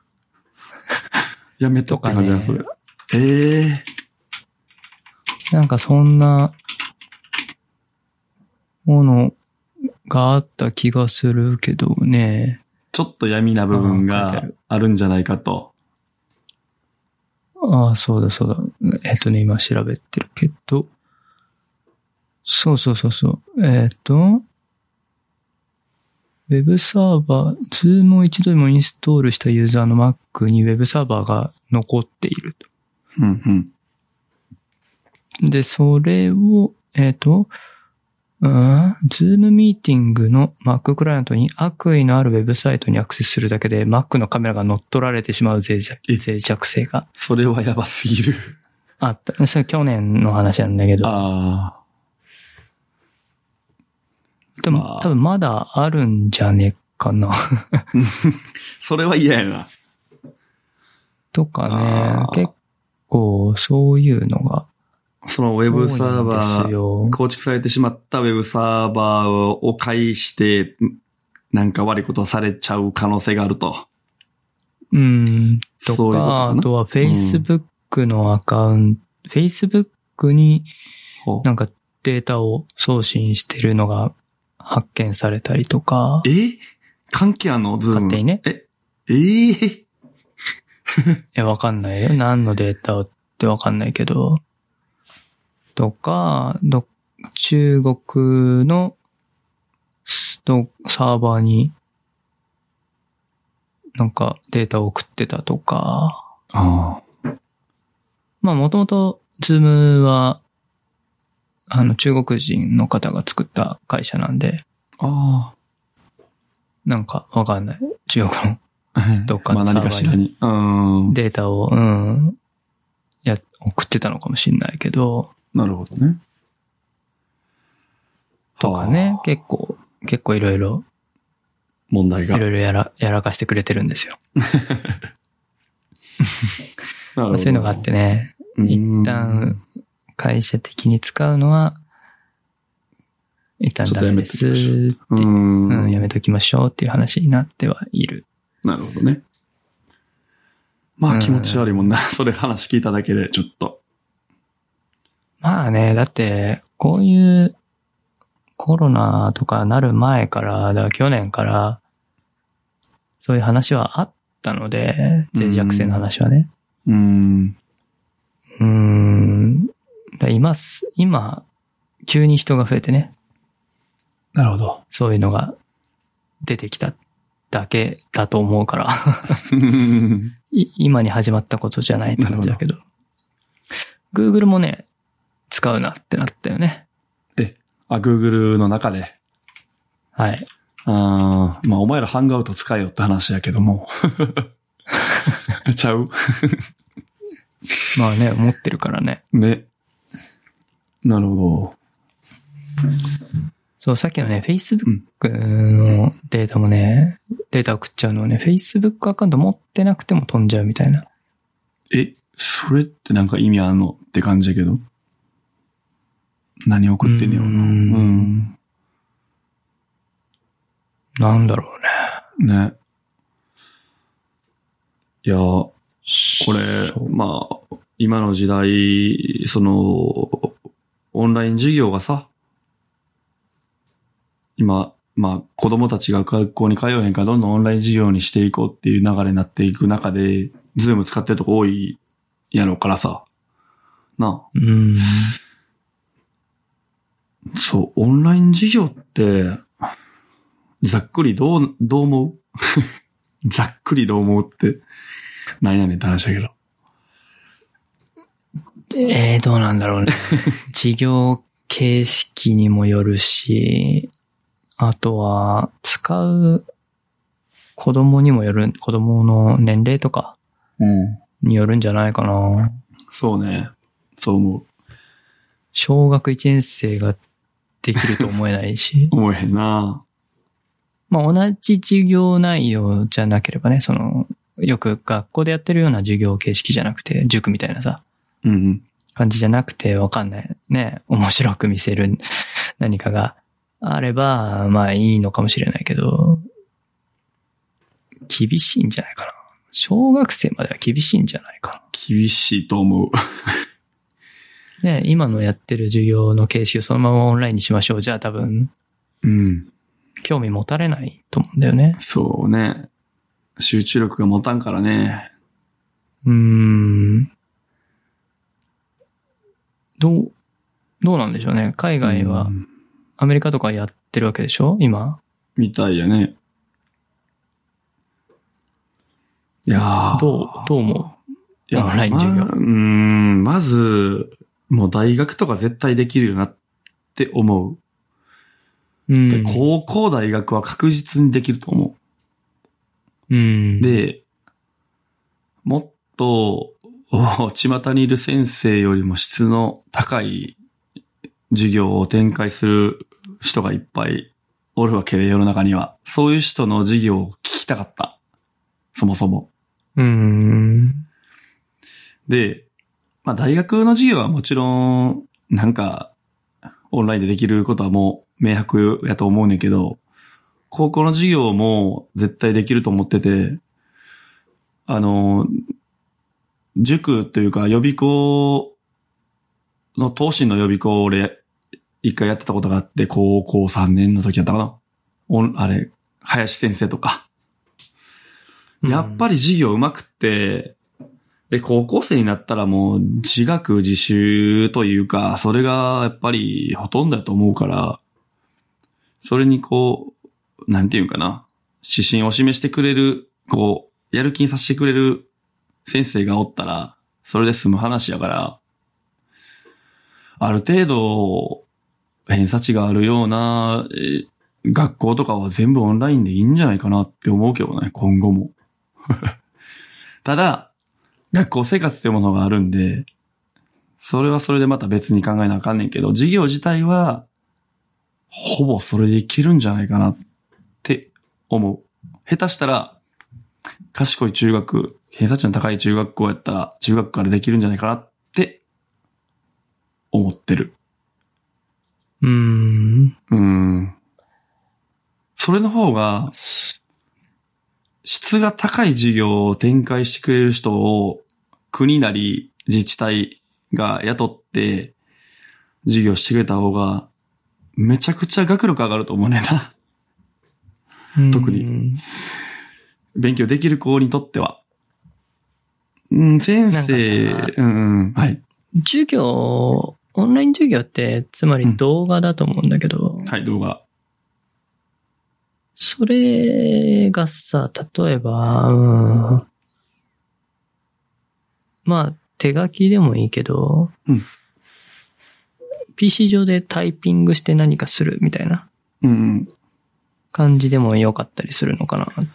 やめとって感じだな、それ。 なんかそんなものがあった気がするけどね。 ちょっと闇な部分があるんじゃないかと。 そうだ。今調べてるけど。 そう。ウェブサーバー、Zoom を一度でもインストールしたユーザーの Mac にウェブサーバーが残っていると。で、それを、Zoom ミーティングの Mac クライアントに悪意のあるウェブサイトにアクセスするだけで Mac のカメラが乗っ取られてしまう脆弱性が。 それはやばすぎる。 あった。それ去年の話なんだけど。でも、多分まだあるんじゃねえかな。 それは嫌やな。 とかね、結構そういうのが。 そのウェブサーバー、構築されてしまったウェブサーバーを介して、なんか悪いことされちゃう可能性があると。 とか、あとは Facebook のアカウント、Facebook になんかデータを送信してるのが発見されたりとか。 関係あんの？ズーム。 勝手にね。わかんないよ。何のデータってわかんないけど。とか、中国のサーバーになんかデータを送ってたとか。まあもともとズームは中国人の方が作った会社なんで。なんかわかんない。中国のどっかのサーバーにデータを、送ってたのかもしれないけど。 なるほどね。 とかね、結構いろいろ問題が。 いろいろやらかしてくれてるんですよ。そういうのがあってね、一旦会社的に使うのは、一旦ダメですってやめときましょうっていう話になってはいる。 なるほどね。まあ気持ち悪いもんな。それ話聞いただけでちょっと。 まあね、だってこういうコロナとかなる前から、だから去年からそういう話はあったので、脆弱性の話はね。今急に人が増えてね。 なるほど。 そういうのが出てきただけだと思うから今に始まったことじゃないって感じだけど。Google もね、使うなってなったよね。 Google の中で。 はい。 まあお前らハンガウト使えよって話やけども。ちゃうまあね、思ってるからね。 ね。なるほど。 そう、さっきのね、Facebook のデータもね、データ送っちゃうのはね、Facebook アカウント持ってなくても飛んじゃうみたいな。 それってなんか意味あんのって感じだけど。何送ってんねやろな。 なんだろうね。 ね。いや、これ、まあ、今の時代、オンライン授業がさ、今、まあ、子供たちが学校に通えへんからどんどんオンライン授業にしていこうっていう流れになっていく中で、ズーム使ってるとこ多いやろうからさ。なあ。そう、オンライン授業って、ざっくりどう思うざっくりどう思うって、なんやねんって話だけど。 どうなんだろうね。授業形式にもよるし、あとは、使う子供にもよる、子供の年齢とかによるんじゃないかな。 そうね。そう思う。 小学1年生ができると思えないし。 思えへんな。 まあ同じ授業内容じゃなければね、よく学校でやってるような授業形式じゃなくて、塾みたいなさ、感じじゃなくてわかんないね、面白く見せる何かがあれば、まあいいのかもしれないけど、厳しいんじゃないかな。小学生までは厳しいんじゃないかな。 厳しいと思う。 ね、今のやってる授業の形式をそのままオンラインにしましょう。じゃあ多分、興味持たれないと思うんだよね。 そうね。集中力が持たんからね。 どどうなんでしょうね。海外は、アメリカとかやってるわけでしょ今。 みたいやね。いやー。 どう思う？ いや、 オンライン授業。 まず、もう大学とか絶対できるよなって思う。で高校大学は確実にできると思う。で、もっと、巷にいる先生よりも質の高い授業を展開する人がいっぱいおるわけで、世の中には。そういう人の授業を聞きたかった。そもそも。で、まあ大学の授業はもちろん、なんか、オンラインでできることはもう明白やと思うねんけど、高校の授業も絶対できると思ってて、塾というか予備校の東進の予備校を俺一回やってたことがあって、高校3年の時やったかな。あれ、林先生とか。やっぱり授業上手くって、で、高校生になったらもう自学自習というか、それがやっぱりほとんどだと思うから、それにこう、なんていうかな、指針を示してくれる、こう、やる気にさせてくれる先生がおったら、それで済む話やから、ある程度、偏差値があるような、学校とかは全部オンラインでいいんじゃないかなって思うけどね、今後も。ただ、学校生活っていうものがあるんで、それはそれでまた別に考えなあかんねんけど、授業自体は、ほぼそれでいけるんじゃないかなって思う。下手したら、賢い中学、偏差値の高い中学校やったら、中学からできるんじゃないかなって思ってる。それの方が、質が高い授業を展開してくれる人を国なり自治体が雇って授業してくれた方がめちゃくちゃ学力上がると思うねんな。特に勉強できる子にとっては。先生、はい。 授業、オンライン授業ってつまり動画だと思うんだけど。 はい、動画。 それがさ、例えば、まあ、手書きでもいいけど、PC 上でタイピングして何かするみたいな感じでもよかったりするのかなって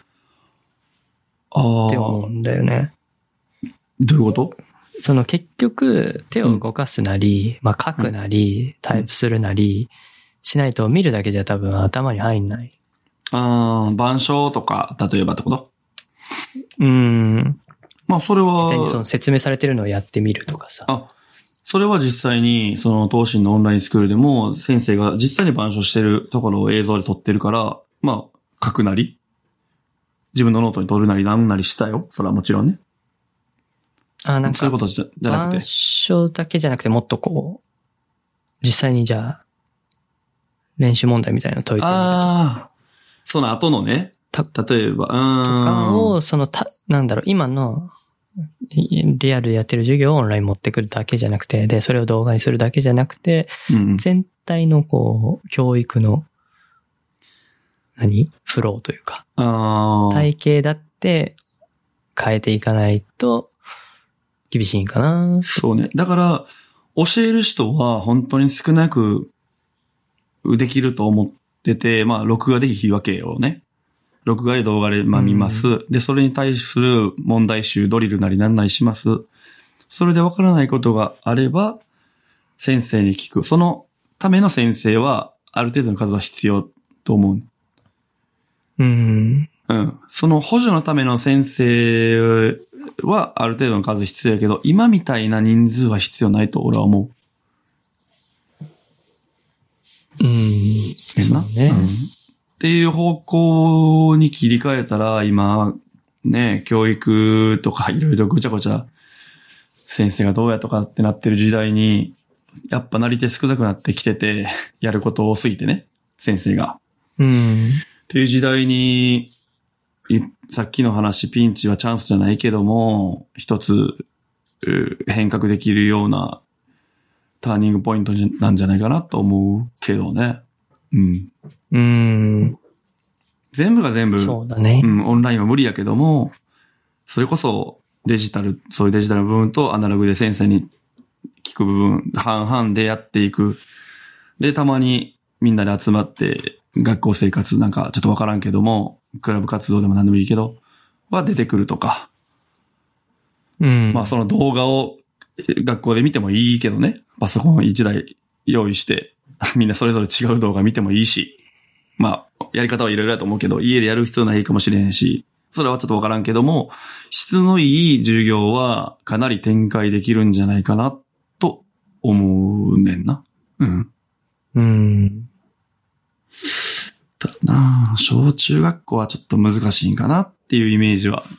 思うんだよね。 どういうこと？ その結局、手を動かすなり、まあ書くなり、タイプするなりしないと見るだけじゃ多分頭に入んない。 板書とか、例えばってこと？まあ、それは。 実際にその説明されてるのをやってみるとかさ。 それは実際に、その、東進のオンラインスクールでも、先生が実際に板書してるところを映像で撮ってるから、まあ、書くなり、自分のノートに撮るなりなんなりしたよ。それはもちろんね。 なんか、 そういうことじゃなくて。 板書だけじゃなくてもっとこう、実際にじゃあ、練習問題みたいなの解いてみるとか。 その後のね。例えば、とかを、なんだろう、今の、リアルでやってる授業をオンライン持ってくるだけじゃなくて、で、それを動画にするだけじゃなくて、全体のこう、教育の、フローというか、体系だって変えていかないと厳しいんかな。 そうね。だから、教える人は本当に少なくできると思ってて、まあ、録画でいいわけよね。録画で動画で見ます。で、それに対する問題集、ドリルなりなんなりします。それでわからないことがあれば、先生に聞く。そのための先生は、ある程度の数は必要と思う。その補助のための先生は、ある程度の数必要やけど、今みたいな人数は必要ないと俺は思う。 そうね。 っていう方向に切り替えたら、今、ね、教育とかいろいろごちゃごちゃ、先生がどうやとかってなってる時代に、やっぱなり手少なくなってきてて、やること多すぎてね、先生が。っていう時代に、さっきの話、ピンチはチャンスじゃないけども、一つ、変革できるようなターニングポイントなんじゃないかなと思うけどね。うん。全部が全部、 そうだね。 オンラインは無理やけども、それこそそういうデジタルの部分とアナログで先生に聞く部分、半々でやっていく。で、たまにみんなで集まって、学校生活なんかちょっとわからんけども、クラブ活動でも何でもいいけど、は出てくるとか。まあその動画を学校で見てもいいけどね。パソコン1台用意して、みんなそれぞれ違う動画見てもいいし。まあ、やり方はいろいろだと思うけど、家でやる必要ないかもしれんし、それはちょっとわからんけども、質のいい授業はかなり展開できるんじゃないかな、と思うねんな。ただな、小中学校はちょっと難しいんかなっていうイメージは。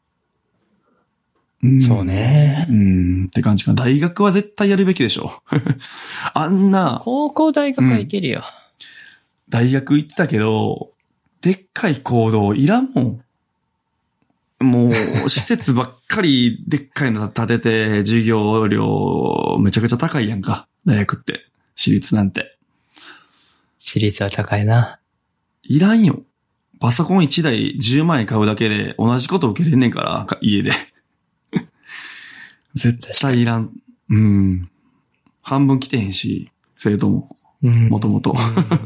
そうね。 って感じか。大学は絶対やるべきでしょ。あんな。 高校大学はいけるよ。 大学行ってたけど、でっかい講堂いらんもん。もう、施設ばっかりでっかいの建てて、授業料めちゃくちゃ高いやんか。大学って。私立なんて。 私立は高いな。 いらんよ。パソコン1台10万円買うだけで同じこと受けれんねんから、家で。絶対いらん。半分来てへんし、生徒も。もともと。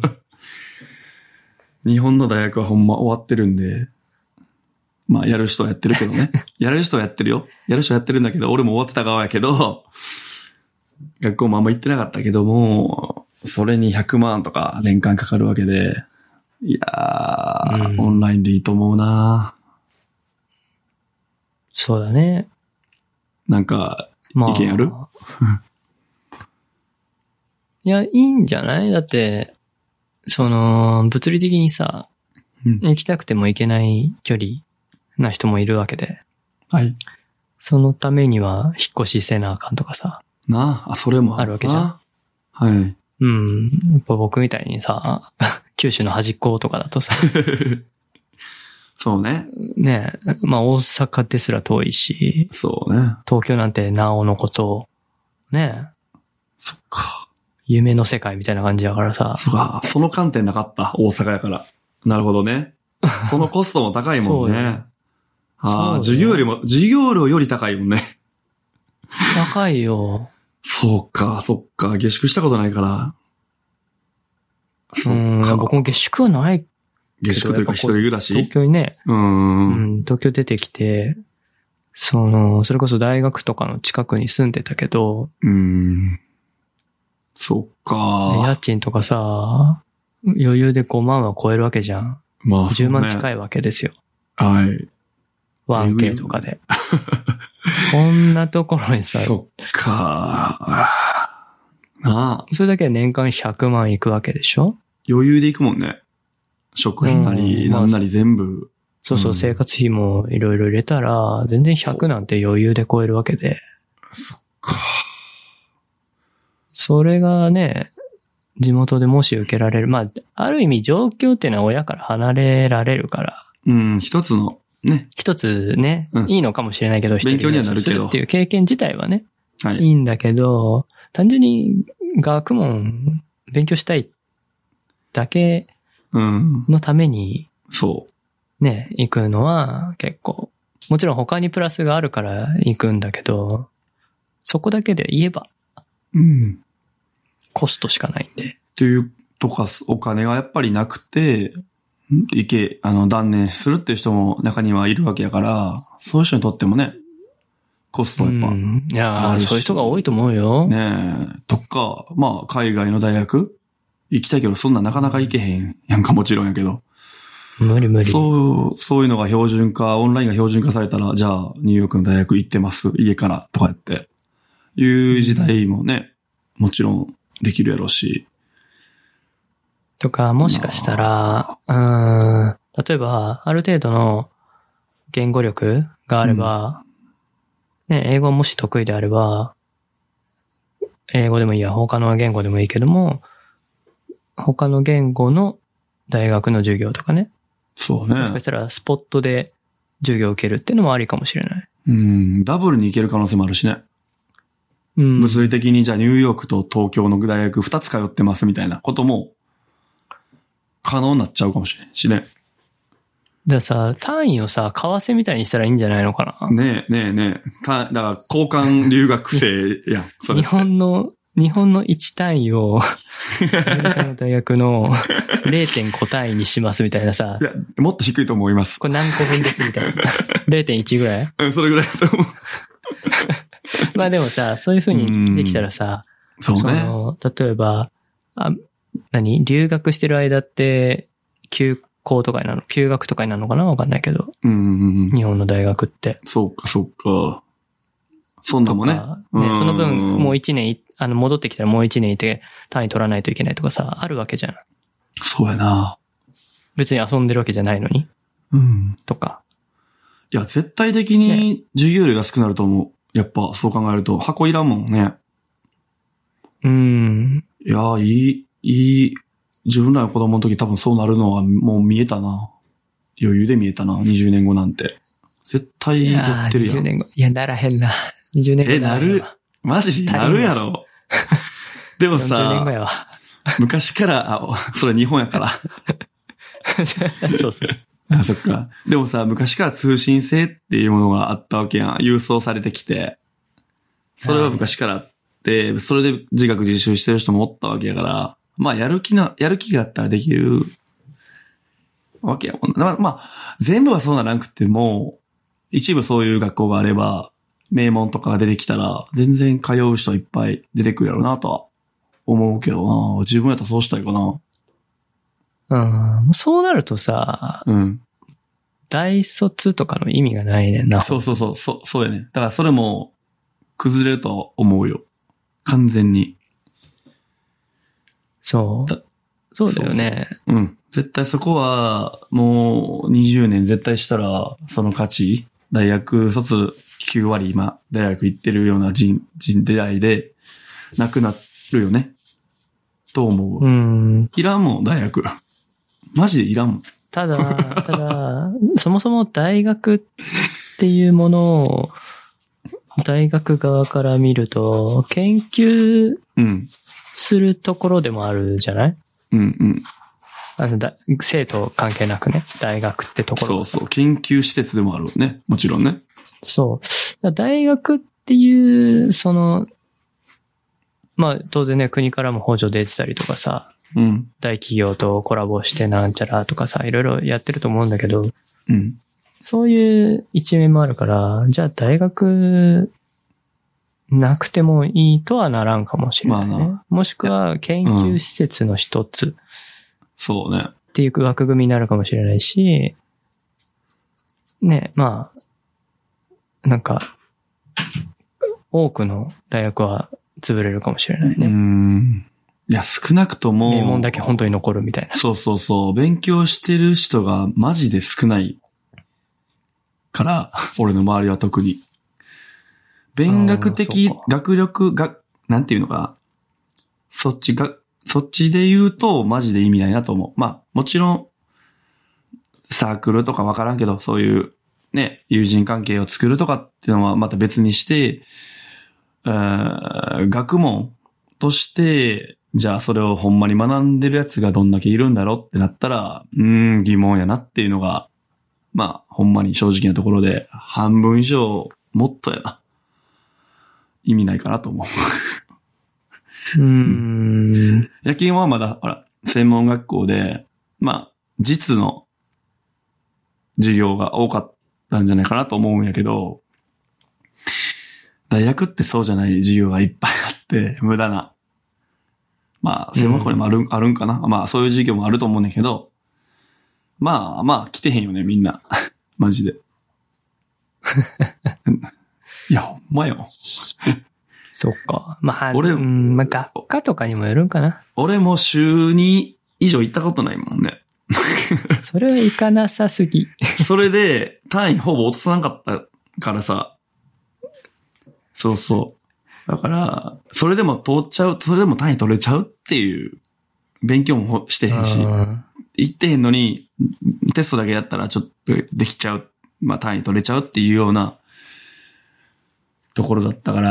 日本の大学はほんま終わってるんで、まあやる人はやってるけどね。やる人はやってるよ。やる人はやってるんだけど、俺も終わってた側やけど、学校もあんま行ってなかったけども、それに100万とか年間かかるわけで、いやー、オンラインでいいと思うな。 そうだね。 なんか、意見ある？ いや、いいんじゃない？だって、物理的にさ、行きたくても行けない距離な人もいるわけで。 はい。 そのためには引っ越しせなあかんとかさ。 それもあるわけじゃん。 はい。 やっぱ僕みたいにさ、九州の端っことかだとさ。 そうね。 ねえ、まあ大阪ですら遠いし。 そうね。 東京なんてなおのこと、ねえ。 そっか。 夢の世界みたいな感じだからさ。 そうか。その観点なかった。大阪やから。なるほどね。そのコストも高いもんね。授業料より高いもんね。 高いよ。 そうか、そっか。下宿したことないから。 僕も下宿はない。 下宿というか一人暮らし？ 東京にね。東京出てきて、それこそ大学とかの近くに住んでたけど。 そっか。 家賃とかさ、余裕で5万は超えるわけじゃん。 まあ、 10万近いわけですよ。 はい。 1K とかで。そんなところにさ。 そっか。 それだけで年間100万いくわけでしょ？ 余裕でいくもんね。食費なり、なんなり全部。 そう、生活費もいろいろ入れたら、全然100なんて余裕で超えるわけで。 そっか。 それがね、地元でもし受けられる。まあ、ある意味状況っていうのは親から離れられるから。 一つのね。 一つね、いいのかもしれないけど、 勉強にはなるけど。 っていう経験自体はね、 はい。 いいんだけど、単純に学問勉強したいだけのために、 そうね、行くのは結構、もちろん他にプラスがあるから行くんだけど、そこだけで言えば、コストしかないんで。 っていうとか、お金がやっぱりなくて、断念するっていう人も中にはいるわけやから、そういう人にとってもね、コストやっぱ。 いやー、そういう人が多いと思うよ。 ねえ、とか、まあ、海外の大学行きたいけど、そんななかなか行けへんやんか、もちろんやけど。 無理。 そういうのが標準化、オンラインが標準化されたら、じゃあ、ニューヨークの大学行ってます、家からとかやって、いう時代もね、もちろんできるやろうし。 とか、もしかしたら、例えば、ある程度の言語力があれば、英語もし得意であれば、英語でもいいや、他の言語でもいいけども、他の言語の大学の授業とかね。 そうね。 もしかしたらスポットで授業を受けるっていうのもありかもしれない。 ダブルに行ける可能性もあるしね。 物理的にじゃあニューヨークと東京の大学2つ通ってますみたいなことも可能になっちゃうかもしれんしね。 だからさ、単位をさ、為替みたいにしたらいいんじゃないのかな。 ねえ。だから交換留学生やん。それ日本の1単位を、アメリカの大学の 0.5 単位にしますみたいなさ。 いや、もっと低いと思います。 これ何個分ですみたいな。0.1 ぐらい？ うん、それぐらいだと思う。 まあでもさ、そういう風にできたらさ、 そうね。 例えば、留学してる間って、休学とかになるのかなわかんないけど。日本の大学って。 そうか。そんなもね。 その分、もう1年、戻ってきたらもう1年いて単位取らないといけないとかさ、あるわけじゃん。 そうやな。 別に遊んでるわけじゃないのに。とか。 いや、絶対的に授業料が少くなると思う。やっぱ、そう考えると、箱いらんもんね。いや、いい、自分らの子供の時多分そうなるのはもう見えたな。余裕で見えたな、20年後なんて。絶対やってるやん。 20年後。いや、ならへんな。20年後なる。マジなるやろ。でもさ、 40年後やわ。 昔から、それ日本やから。 そう。 そっか。でもさ、昔から通信制っていうものがあったわけやん。郵送されてきて。それは昔からあって、それで自学自習してる人もおったわけやから、まあやる気があったらできるわけやもんな。まあ、全部はそうならなくても、一部そういう学校があれば、名門とかが出てきたら、全然通う人いっぱい出てくるやろうなとは思うけどな。自分やったらそうしたいかな。 そうなるとさ、大卒とかの意味がないねんな。 そうやね。だからそれも崩れると思うよ。完全に。そうだよね。絶対そこは、もう20年絶対したら、その価値、大学卒9割今、大学行ってるような人出会いで、なくなるよね。と思う。いらんもん、大学。マジでいらんもん。 ただ、そもそも大学っていうものを、大学側から見ると、研究するところでもあるじゃない？生徒関係なくね、大学ってところ。 そう、研究施設でもあるね。もちろんね。 そう。大学っていう、まあ当然ね、国からも補助出てたりとかさ、大企業とコラボしてなんちゃらとかさ、いろいろやってると思うんだけど、そういう一面もあるから、じゃあ大学なくてもいいとはならんかもしれないね。もしくは研究施設の一つ。 そうね。 っていう枠組みになるかもしれないし、ね、まあ、なんか、多くの大学は潰れるかもしれないね。 いや、少なくとも。 名門だけ本当に残るみたいな。 そう。勉強してる人がマジで少ないから、俺の周りは特に。勉学的学力が、なんていうのか、そっちで言うとマジで意味ないなと思う。まあ、もちろん、サークルとかわからんけど、そういうね、友人関係を作るとかっていうのはまた別にして、学問として、じゃあそれをほんまに学んでるやつがどんだけいるんだろうってなったら、疑問やなっていうのが、まあ、ほんまに正直なところで、半分以上、もっとやな。意味ないかなと思う。野球はまだ、ほら、専門学校で、まあ、実の授業が多かったんじゃないかなと思うんやけど、大学ってそうじゃない授業がいっぱいあって、無駄な。まあ、専門学校にもあるんかな。まあ、そういう授業もあると思うんだけど、まあ、来てへんよね、みんな。マジで。いや、ほんまよ。 そっか。まあ、まあ、学科とかにもよるんかな。 俺も週2以上行ったことないもんね。 それは行かなさすぎ。 それで、単位ほぼ落とさなかったからさ。そう。だから、それでも通っちゃう、それでも単位取れちゃうっていう、勉強もしてへんし、行ってへんのに、テストだけやったらちょっとできちゃう、まあ単位取れちゃうっていうような、 ところだったから、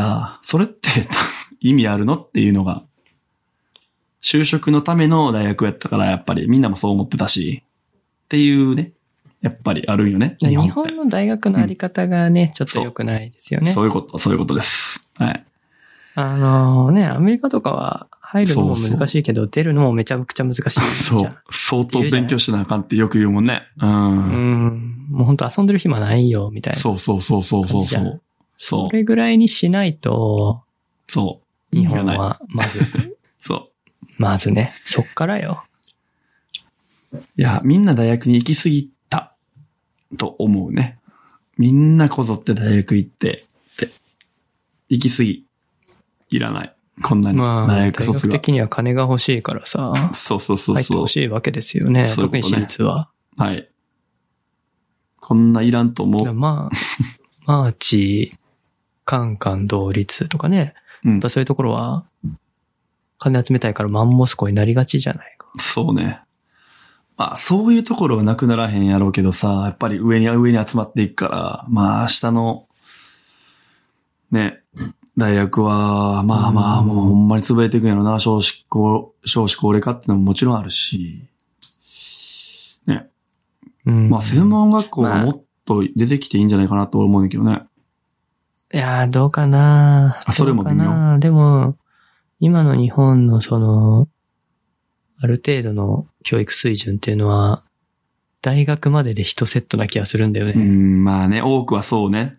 それって意味あるのっていうのが、就職のための大学やったから、やっぱりみんなもそう思ってたし、っていうね、やっぱりあるんよね。 日本の大学のあり方がね、ちょっと良くないですよね。 そういうことです。はい。 アメリカとかは入るのも難しいけど、出るのもめちゃくちゃ難しいじゃん。 そう。相当勉強しなあかんってよく言うもんね。 もう本当遊んでる暇ないよ、みたいな。 そう。 それぐらいにしないと、 そう。 日本は、まず。 そう。 まずね、そっからよ。 いや、みんな大学に行き過ぎた、と思うね。みんなこぞって大学行って、行き過ぎ。いらない。こんなに。大学卒が。 大学的には金が欲しいからさ。 そう。 入って欲しいわけですよね。特に私立は。 はい。こんないらんと思う。 マーチ、カンカン同率とかね。やっぱそういうところは、金集めたいからマンモスコになりがちじゃないか。 そうね。まあ、そういうところはなくならへんやろうけどさ、やっぱり上に集まっていくから、まあ、下の、ね、大学は、まあ、もうほんまに潰れていくんやろな、少子高齢化ってのももちろんあるし、ね。まあ、専門学校がもっと出てきていいんじゃないかなと思うんだけどね。 いやー、どうかな。 それも微妙。 でも、今の日本のある程度の教育水準っていうのは、大学までで1セットな気がするんだよね。 まあね、多くはそうね。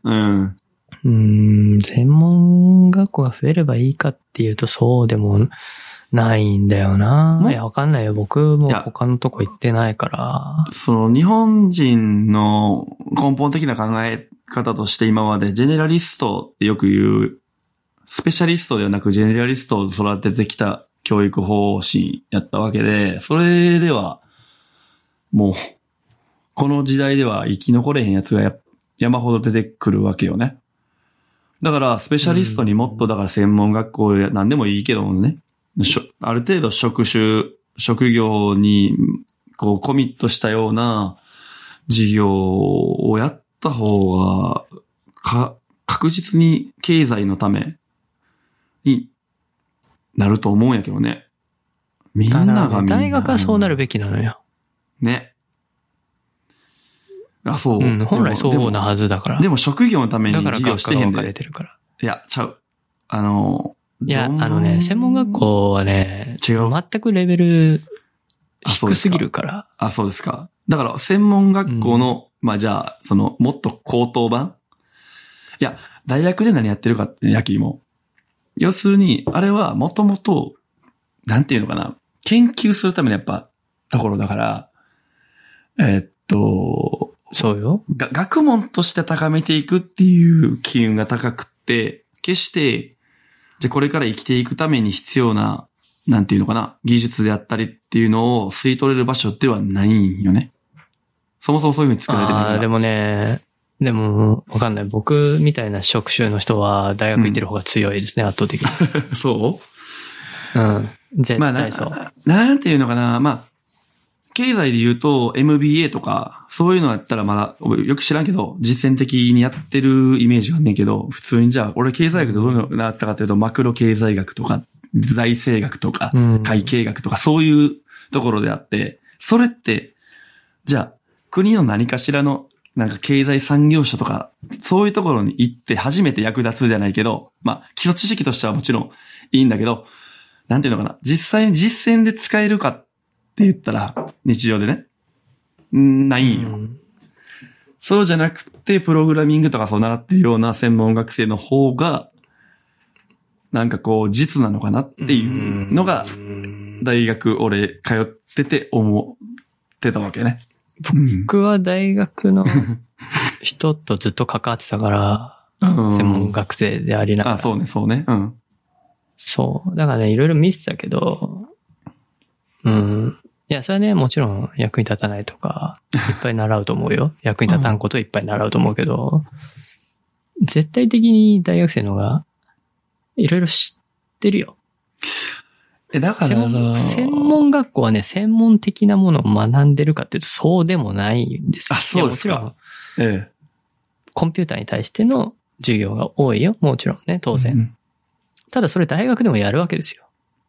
専門学校が増えればいいかっていうとそうでもないんだよな。いや、わかんないよ。僕も他のとこ行ってないから。 日本人の根本的な考え方として今までジェネラリストってよく言う、スペシャリストではなくジェネラリストを育ててきた教育方針やったわけで、それでは、もう、この時代では生き残れへんやつが山ほど出てくるわけよね。だから、スペシャリストにもっと、だから専門学校や何でもいいけどもね、ある程度職業に、コミットしたような事業をやった方が、確実に経済のためになると思うんやけどね。みんながみんな。 大学はそうなるべきなのよ。 ね。そう。 本来そうなはずだから。 でも職業のために授業してへんで。 だから学科が分かれてるから。 いや、ちゃう。 いや、専門学校はね、 違う。 全くレベル低すぎるから。 そうですか。だから、専門学校の、じゃあ、もっと高等版？いや、大学で何やってるかって、焼き芋。要するに、あれはもともと、なんていうのかな、研究するためのやっぱ、ところだから、 そうよ。 学問として高めていくっていう機運が高くって、決して、じゃあこれから生きていくために必要な、なんていうのかな、技術であったりっていうのを吸い取れる場所ではないんよね。そもそもそういう風に作られてないから。 でも、わかんない。僕みたいな職種の人は大学行ってる方が強いですね、圧倒的に。 そう？ 絶対そう。 なんていうのかな、経済で言うと MBA とか、そういうのやったらまだ、よく知らんけど、実践的にやってるイメージがあんねんけど、普通にじゃあ、俺経済学でどういうのなったかというと、マクロ経済学とか、財政学とか、会計学とか、そういうところであって、それって、じゃあ、国の何かしらの、なんか経済産業省とか、そういうところに行って初めて役立つじゃないけど、基礎知識としてはもちろんいいんだけど、なんていうのかな、実際に実践で使えるかって言ったら、日常でね、ないんよ。そうじゃなくて、プログラミングとかそう習ってるような専門学生の方が、なんか実なのかなっていうのが、大学、俺、通ってて思ってたわけね。 僕は大学の人とずっと関わってたから、専門学生でありながら。 そうね。 そう。だからね、いろいろ見せたけど、いや、それはね、もちろん役に立たないとか、いっぱい習うと思うよ。役に立たんこといっぱい習うと思うけど、絶対的に大学生の方が、いろいろ知ってるよ。 だから専門学校はね、専門的なものを学んでるかっていうと、そうでもないんですよ。 そうですか。 もちろん、コンピューターに対しての授業が多いよ。もちろんね、当然。ただそれ大学でもやるわけですよ。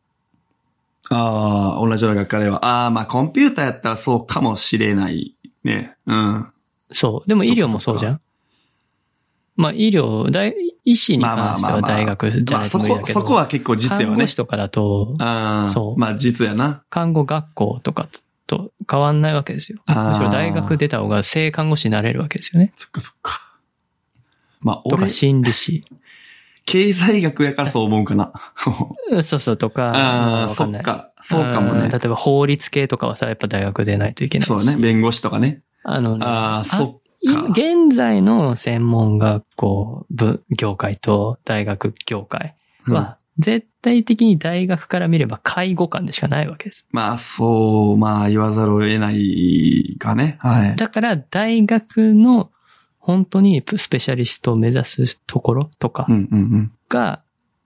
ああ、同じような学科では。ああ、まあコンピューターやったらそうかもしれないね。うん。 そう。でも医療もそうじゃん。まあ医療、医師に関しては大学じゃないと無理だけど。 そこは結構実だよね。 看護師とかだと、 そう。まあ実やな。 看護学校とかと変わんないわけですよ。むしろ大学出た方が正看護師になれるわけですよね。 そっかそっか。まあとか心理師。 経済学やからそう思うかな。 そうとか。 ああ、そっか。そうかもね。 例えば法律系とかはさ、やっぱ大学出ないといけないし。 そうね。弁護士とかね。そっか。 現在の専門学校業界と大学業界は、絶対的に大学から見れば介護官でしかないわけです。 まあ言わざるを得ないかね。はい。 だから大学の本当にスペシャリストを目指すところとかが、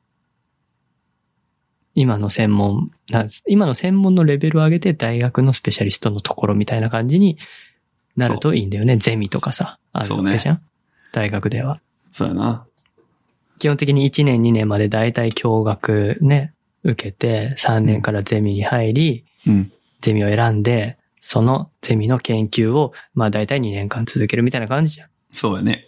今の専門のレベルを上げて大学のスペシャリストのところみたいな感じになるといいんだよね。ゼミとかさ、あるわけじゃん。大学では。 そうやな。 基本的に1年2年まで大体教学ね、受けて3年からゼミに入り、ゼミを選んで、そのゼミの研究をまあ大体2年間続けるみたいな感じじゃん。 そうやね。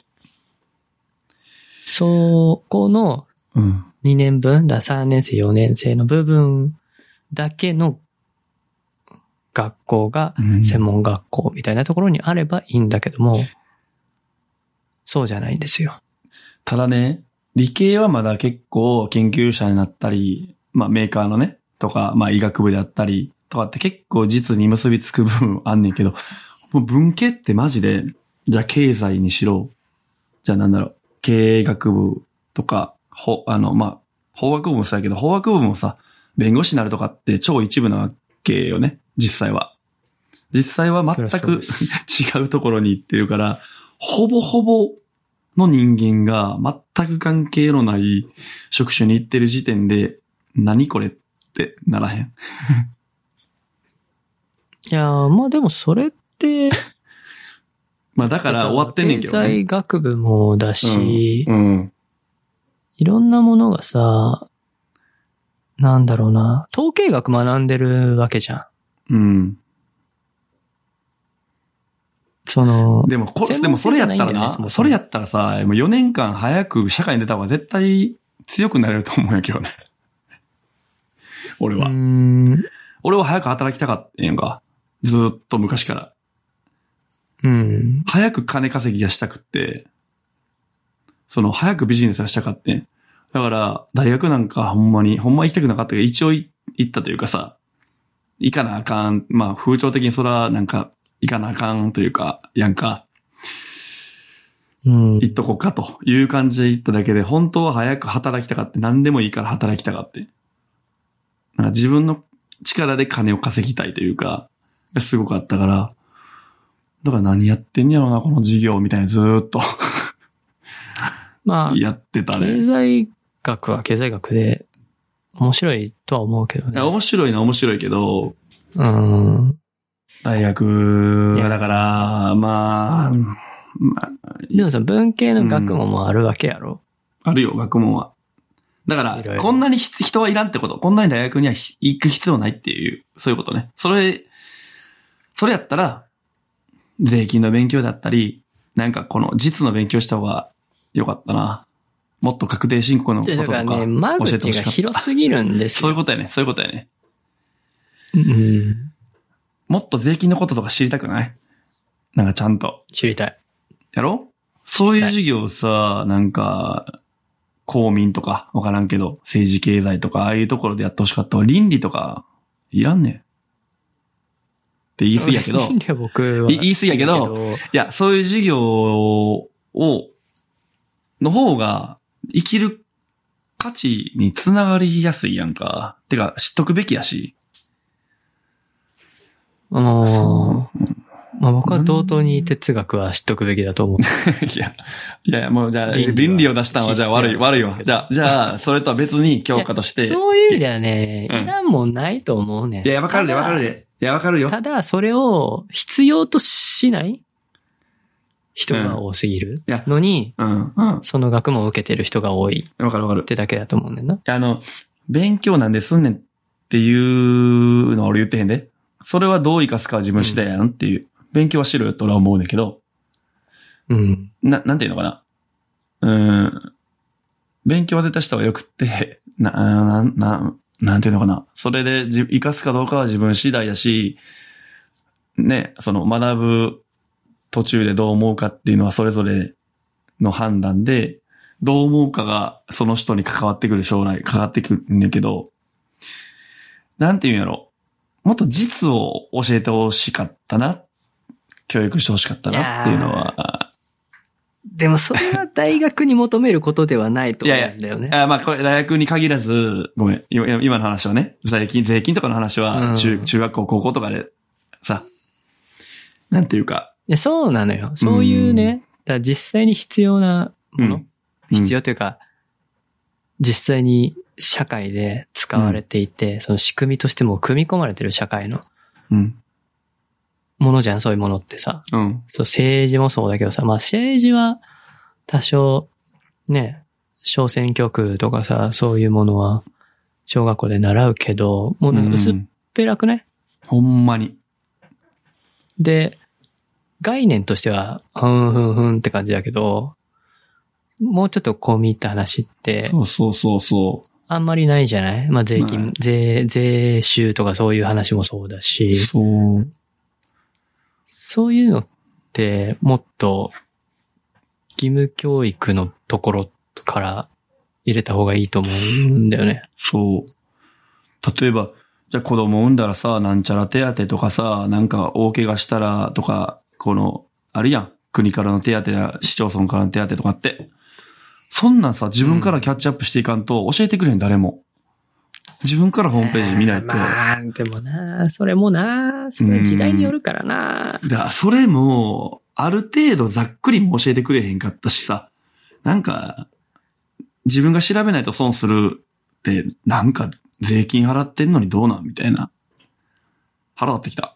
そこの2年分、3年生4年生の部分だけの学校が専門学校みたいなところにあればいいんだけども、そうじゃないんですよ。 ただね、理系はまだ結構研究者になったり、まあメーカーのね、とか、まあ医学部であったりとかって結構実に結びつく部分あんねんけど、もう文系ってマジで、じゃあ経済にしろ、じゃあ経営学部とか、法学部もそうやけど、法学部もさ、弁護士になるとかって超一部なわけよね、実際は。実際は全く違うところに行ってるから、ほぼほぼの人間が全く関係のない職種に行ってる時点で、何これってならへん。 いやー、まあでもそれって、 まあだから終わってんねんけどね。 経済学部もだし、いろんなものがさ、なんだろうな、統計学学んでるわけじゃん。 でもそれやったらな、それやったらさ、もう4年間早く社会に出た方が絶対強くなれると思うんやけどね。俺は。俺は早く働きたかったんやんか。ずーっと昔から。早く金稼ぎがしたくって、早くビジネスがしたかってん。だから、大学なんかほんま行きたくなかったけど、一応行ったというかさ、行かなあかん。まあ、風潮的にそら、なんか、行かなあかんというか、やんか。行っとこうかという感じで行っただけで、本当は早く働きたかって、何でもいいから働きたかって。なんか自分の力で金を稼ぎたいというか、すごくあったから、だから何やってんやろな、この授業みたいにずーっと。 まあ、 やってたね。 経済学は経済学で面白いとは思うけどね。 面白いのは面白いけど、大学、だから、まあ、 でもさ、文系の学問もあるわけやろ。 あるよ、学問は。だから、こんなに人はいらんってこと。こんなに大学には行く必要ないっていう、そういうことね。それやったら、税金の勉強だったり、なんかこの実の勉強した方がよかったな。もっと確定申告のこととか教えてほしかった。だからね、 間口が広すぎるんですよ。 そういうことやね。もっと税金のこととか知りたくない？なんかちゃんと。 知りたい。 やろ？そういう授業をさ、なんか、公民とかわからんけど、政治経済とかああいうところでやってほしかったわ。倫理とか、いらんねん。って言い過ぎやけど、言い過ぎやけど、いや、そういう授業の方が生きる価値につながりやすいやんか。てか、知っとくべきやし。 まあ僕は同等に哲学は知っとくべきだと思う。 いや、もうじゃあ、倫理を出したのはじゃあ悪いわ。じゃあ、それとは別に教科として。 そういう意味ではね、いらんもんないと思うね。 いや、わかるで。いや、わかるよ。 ただ、それを必要としない人が多すぎるのに、その学問を受けてる人が多い。 わかるわかる。 ってだけだと思うんだよな。 勉強なんですんねんっていうのは俺言ってへんで。それはどう生かすかは自分次第やんっていう。勉強はしろよと俺は思うねんけど。なんていうのかな。勉強は絶対した方がよくって、なんていうのかな。それで生かすかどうかは自分次第やし、ね、その学ぶ途中でどう思うかっていうのはそれぞれの判断で、どう思うかがその人に関わってくる将来、関わってくるんだけど、なんていうんやろ。もっと実を教えてほしかったな。教育してほしかったなっていうのは。 でもそれは大学に求めることではないと思うんだよね。 まあこれ大学に限らず、ごめん、今の話はね、税金とかの話は中学校、高校とかでさ、なんていうか。 いや、そうなのよ。そういうね、だから実際に必要なもの、必要というか、実際に社会で使われていて、その仕組みとしても組み込まれてる社会のものじゃん、そういうものってさ。そう政治もそうだけどさ、まあ政治は多少ね、小選挙区とかさ、そういうものは小学校で習うけど、もう薄っぺらくね、 ほんまに。 で、概念としては、ふんって感じだけど、もうちょっと込み入った話って、 そう。 あんまりないじゃない？まあ税金、税収とかそういう話もそうだし、そういうのってもっと義務教育のところから入れた方がいいと思うんだよね。 そう。例えば、じゃあ子供産んだらさ、なんちゃら手当とかさ、なんか大怪我したらとか、あるやん。国からの手当や市町村からの手当とかって。そんなんさ、自分からキャッチアップしていかんと教えてくれん、誰も。自分からホームページ見ないと。 まあ、でもな、それもな、それ時代によるからな。 それも、ある程度ざっくりも教えてくれへんかったしさ。なんか、自分が調べないと損するって、なんか税金払ってんのにどうなんみたいな。腹立ってきた。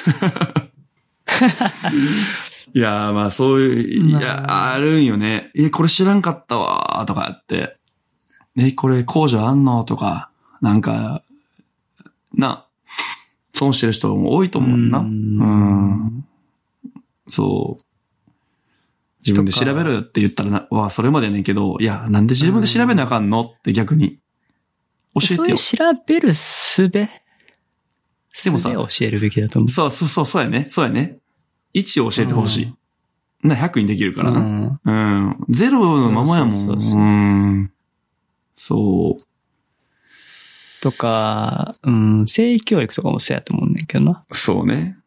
いやーまあそういう、いや、あるんよね。これ知らんかったわーとかやって。これ控除あんのとか、なんか、損してる人も多いと思うな。そう。自分で調べるって言ったらそれまでやねんけど、いや、なんで自分で調べなあかんのって逆に。教えてよ。 そういう調べる術でもさ、教えるべきだと思う。 そうやね。位置を教えてほしい。100にできるからな。ゼロのままやもん。そう。 とか、性教育とかもそうやと思うんだけどな。 そうね。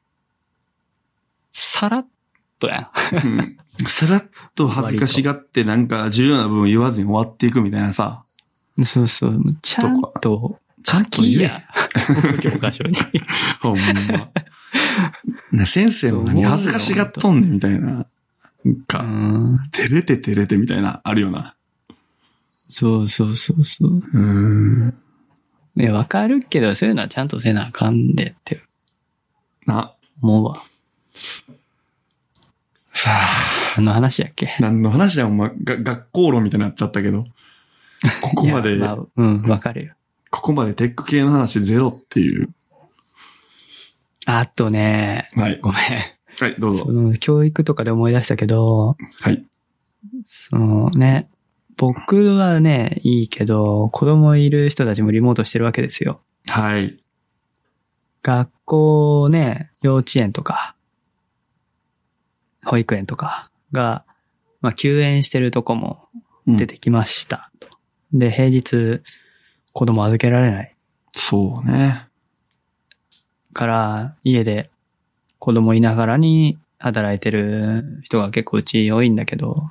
さらっとやん。さらっと恥ずかしがってなんか重要な部分言わずに終わっていくみたいなさ。 そう。ちゃんと言え。教科書に。 ほんま。先生も何恥ずかしがっとんねんみたいな。照れてみたいな、あるよな。 そう。いや、わかるけど、そういうのはちゃんとせなあかんでって。思うわ。 さあ。 何の話やっけ？ 何の話やん、学校論みたいになっちゃったけど。ここまで。 わかるよ。 ここまでテック系の話ゼロっていう。 あとね、 はい。 ごめん。 はい、どうぞ。 その教育とかで思い出したけど、 はい。 僕はね、いいけど、子供いる人たちもリモートしてるわけですよ。 はい。 学校ね、幼稚園とか、保育園とかが、休園してるとこも出てきました。で、平日、子供預けられない。 そうね。 から、家で子供いながらに働いてる人が結構うち多いんだけど、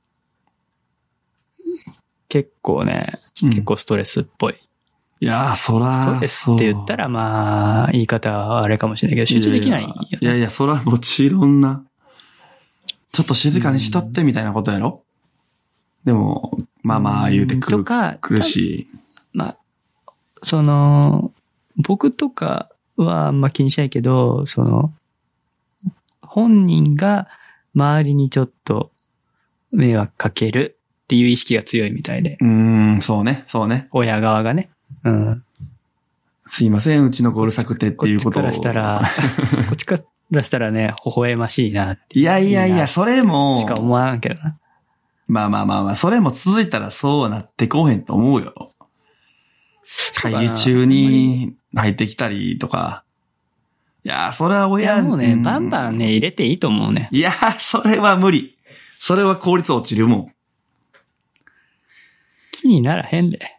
結構ストレスっぽい。 いやー、そら。 ストレスって言ったら言い方はあれかもしれないけど、集中できないよね。 いや、そらもちろんな。ちょっと静かにしとってみたいなことやろ？でも、言うてくるし。 僕とかはあんま気にしないけど、本人が、 周りにちょっと迷惑かけるっていう意識が強いみたいで。 そうね。 親側がね。うん。 すいません、うちの子うるさくてっていうことを。 こっちからしたらね、微笑ましいなって。 いや、それも。 しか思わんけどな。 まあ、それも続いたらそうなってこうへんと思うよ。会議中に入ってきたりとか。いや、それは親。 いや、もうね、バンバンね、入れていいと思うね。 いや、それは無理。それは効率落ちるもん。 気にならへんで。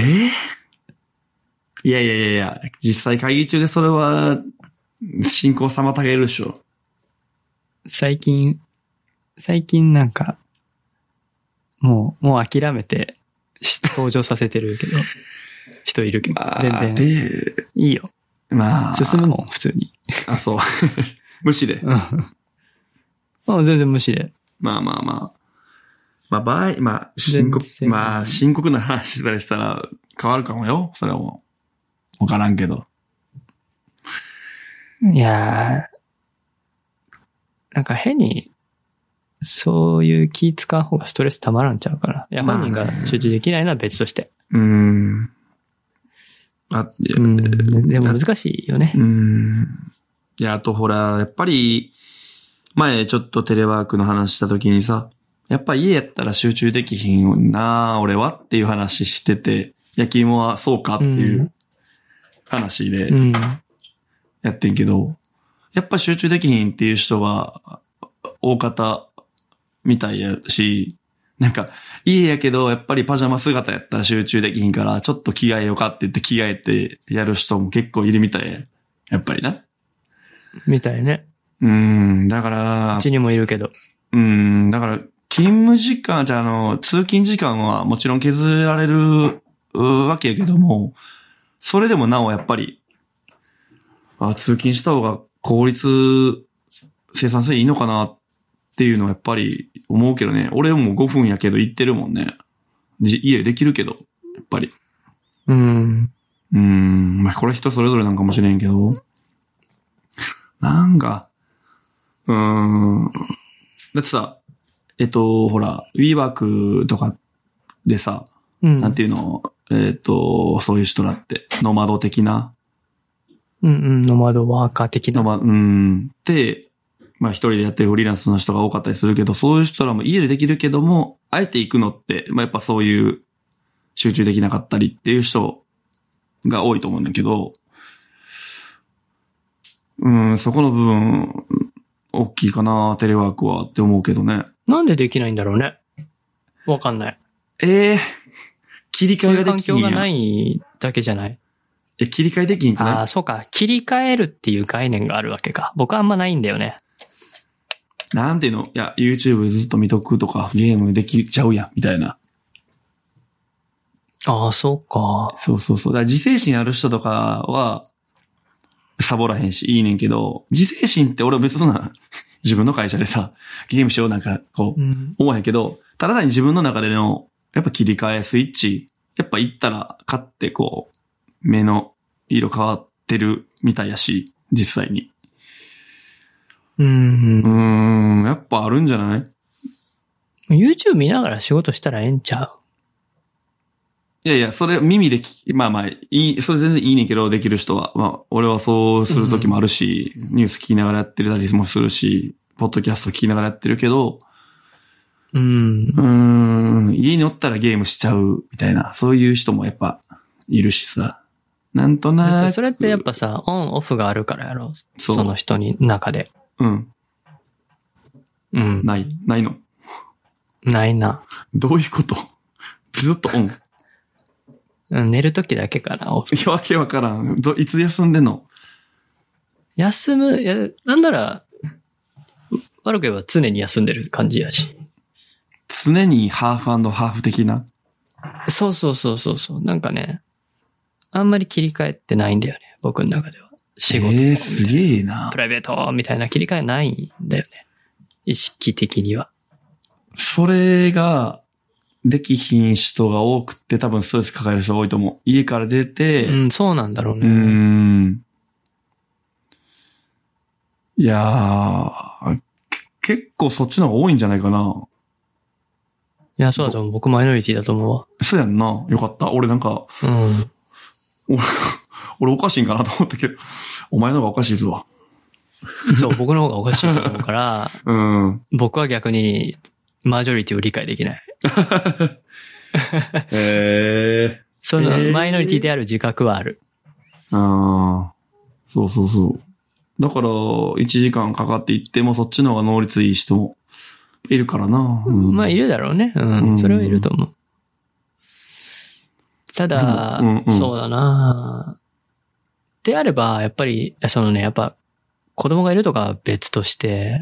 いや、実際会議中でそれは、進行妨げるでしょ。 最近なんか、もう諦めて、登場させてるけど、人いるけど、全然。いいよ。 まあ。 進むもん、普通に。 あ、そう。無視で。 うん。全然無視で。 まあ、深刻な話したら変わるかもよ。それはもう。わからんけど。 いやー、なんか変に、そういう気使う方がストレス溜まらんちゃうから。いや、本人が集中できないのは別として。 でも難しいよね。 いや、あとほら、やっぱり、前ちょっとテレワークの話した時にさ、やっぱ家やったら集中できひんな俺はっていう話してて、焼き芋はそうかっていう話でやってんけど、やっぱ集中できひんっていう人が大方みたいやし、なんか家やけどやっぱりパジャマ姿やったら集中できひんからちょっと着替えようかって言って着替えてやる人も結構いるみたいや。やっぱりな。 みたいね。 だから。 うちにもいるけど。 だから勤務時間、通勤時間はもちろん削られるわけやけども、それでもなおやっぱり、通勤した方が効率、生産性いいのかなっていうのはやっぱり思うけどね。俺も5分やけど行ってるもんね。家できるけど、やっぱり。まあ、これ人それぞれなんかもしれんけど、なんか、だってさ、ほら、WeWork とかでさ、なんていうの、そういう人だって、ノマド的な。 ノマドワーカー的な。 で、まあ一人でやってるフリーランスの人が多かったりするけど、そういう人らも家でできるけども、あえて行くのって、まあやっぱそういう集中できなかったりっていう人が多いと思うんだけど、そこの部分、大きいかな、テレワークはって思うけどね。 なんでできないんだろうね。わかんない。 切り替えができひんやん。 環境がないだけじゃない。 切り替えできひんくない？ そうか。切り替えるっていう概念があるわけか。僕はあんまないんだよね。 なんていうの？いや、YouTube ずっと見とくとか、ゲームできちゃうやん、みたいな。 そうか。 そう。だから自制心ある人とかは、サボらへんし、いいねんけど、自制心って俺は別な、自分の会社でさ、ゲームしようなんか、思わへんけど、ただ単に自分の中での、やっぱ切り替えスイッチ、やっぱ行ったら、買って目の色変わってるみたいやし、実際に。やっぱあるんじゃない？ YouTube 見ながら仕事したらええんちゃう？ いや、それ耳でまあ、それ全然いいねんけど、できる人は。まあ、俺はそうするときもあるし、ニュース聞きながらやってたりもするし、ポッドキャスト聞きながらやってるけど、家におったらゲームしちゃうみたいな、そういう人もやっぱいるしさ。なんとなく。 それってやっぱさ、オンオフがあるからやろ。その人に中で。 ないの？ ないな。 どういうこと？ずっとオン。 寝るときだけかな、オフ。 いや、わけわからん。いつ休んでんの？ なんなら、悪く言えば常に休んでる感じやし。 常にハーフ&ハーフ的な？ そう。なんかね、あんまり切り替えってないんだよね、僕の中では。仕事。 すげえな。 プライベートみたいな切り替えないんだよね。意識的には。 それが、できひん人が多くって多分ストレス抱える人が多いと思う。家から出て。 そうなんだろうね。 いやー、 結構そっちの方が多いんじゃないかな。 いや、そうだと思う。僕マイノリティだと思うわ。 そうやんな。よかった。俺なんか、 うん。 俺おかしいんかなと思ったけど、お前の方がおかしいぞ。 そう、僕の方がおかしいと思うから、 うん。 僕は逆にマジョリティを理解できない。そのマイノリティである自覚はある。 ああ。そうそうそう。だから、1時間かかっていってもそっちの方が能率いい人もいるからな。 うん、まあ、いるだろうね。うん。それはいると思う。ただ、そうだな。であれば、やっぱり、やっぱ、子供がいるとかは別として、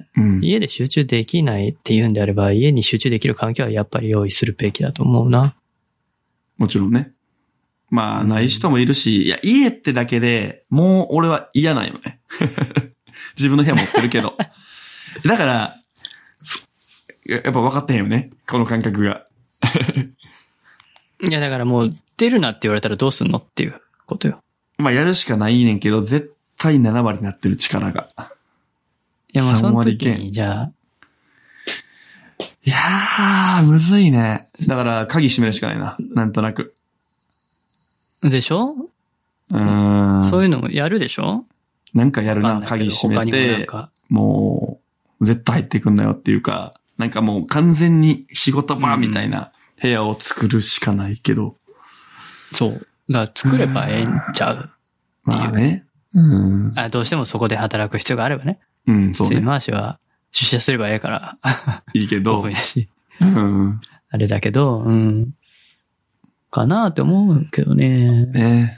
家で集中できないっていうんであれば、家に集中できる環境はやっぱり用意するべきだと思うな。もちろんね。まあ、ない人もいるし、いや、家ってだけでもう俺は嫌なんよね。自分の部屋持ってるけど。だから、やっぱ分かってへんよね。この感覚が。 いや、だからもう出るなって言われたらどうすんのっていうことよ。 まあ、やるしかないねんけど、絶対7割になってる力が。 いや、まあその時に、じゃあ。 いやー、むずいね。だから、鍵閉めるしかないな。なんとなく。 でしょ？そういうのもやるでしょ？ なんかやるな。鍵閉めて、もう、絶対入ってくんなよっていうか、なんかもう完全に仕事場みたいな部屋を作るしかないけど。 そう。だから作ればええんちゃう。 まあね。 どうしてもそこで働く必要があればね。 そうね。 回しは出社すればええから。 いいけど。 オープンやし。あれだけど、かなって思うけどね。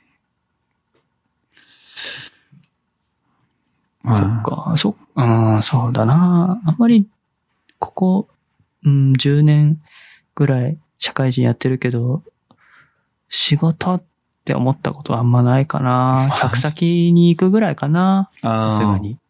そっか、そうだな。あんまり、ここ、10年ぐらい社会人やってるけど、仕事って思ったことはあんまないかな。客先に行くぐらいかな。さすがに。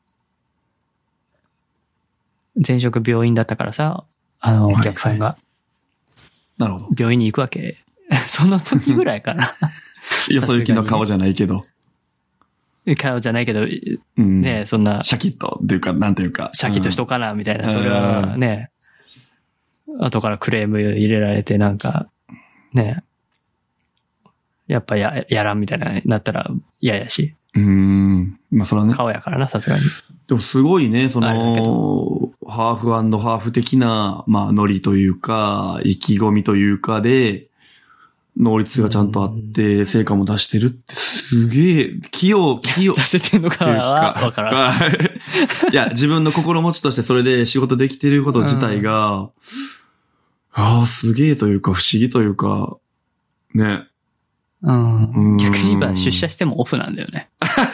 前職病院だったからさ、お客さんが。 なるほど。 病院に行くわけ。その時ぐらいかな。 よそ行きの顔じゃないけど。 顔じゃないけど、ね、そんな。 シャキッとっていうか、なんていうか。 シャキッとしとかな、みたいな。それはね、後からクレーム入れられて、なんか、ね、やっぱやらんみたいな、なったら嫌やし。 まあそれはね。 顔やからな、さすがに。 でもすごいね、ハーフ&ハーフ的な、まあノリというか、意気込みというかで、能率がちゃんとあって、成果も出してるってすげえ、器用。 出せてんのかはわからん。 いや、自分の心持ちとしてそれで仕事できてること自体が、すげえというか不思議というか、ね。 逆に言えば出社してもオフなんだよね。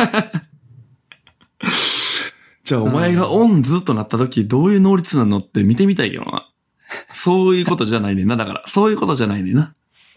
じゃあお前がオンずっとなった時どういう能率なのって見てみたいけどな。そういうことじゃないねんな。だから、そういうことじゃないねんな。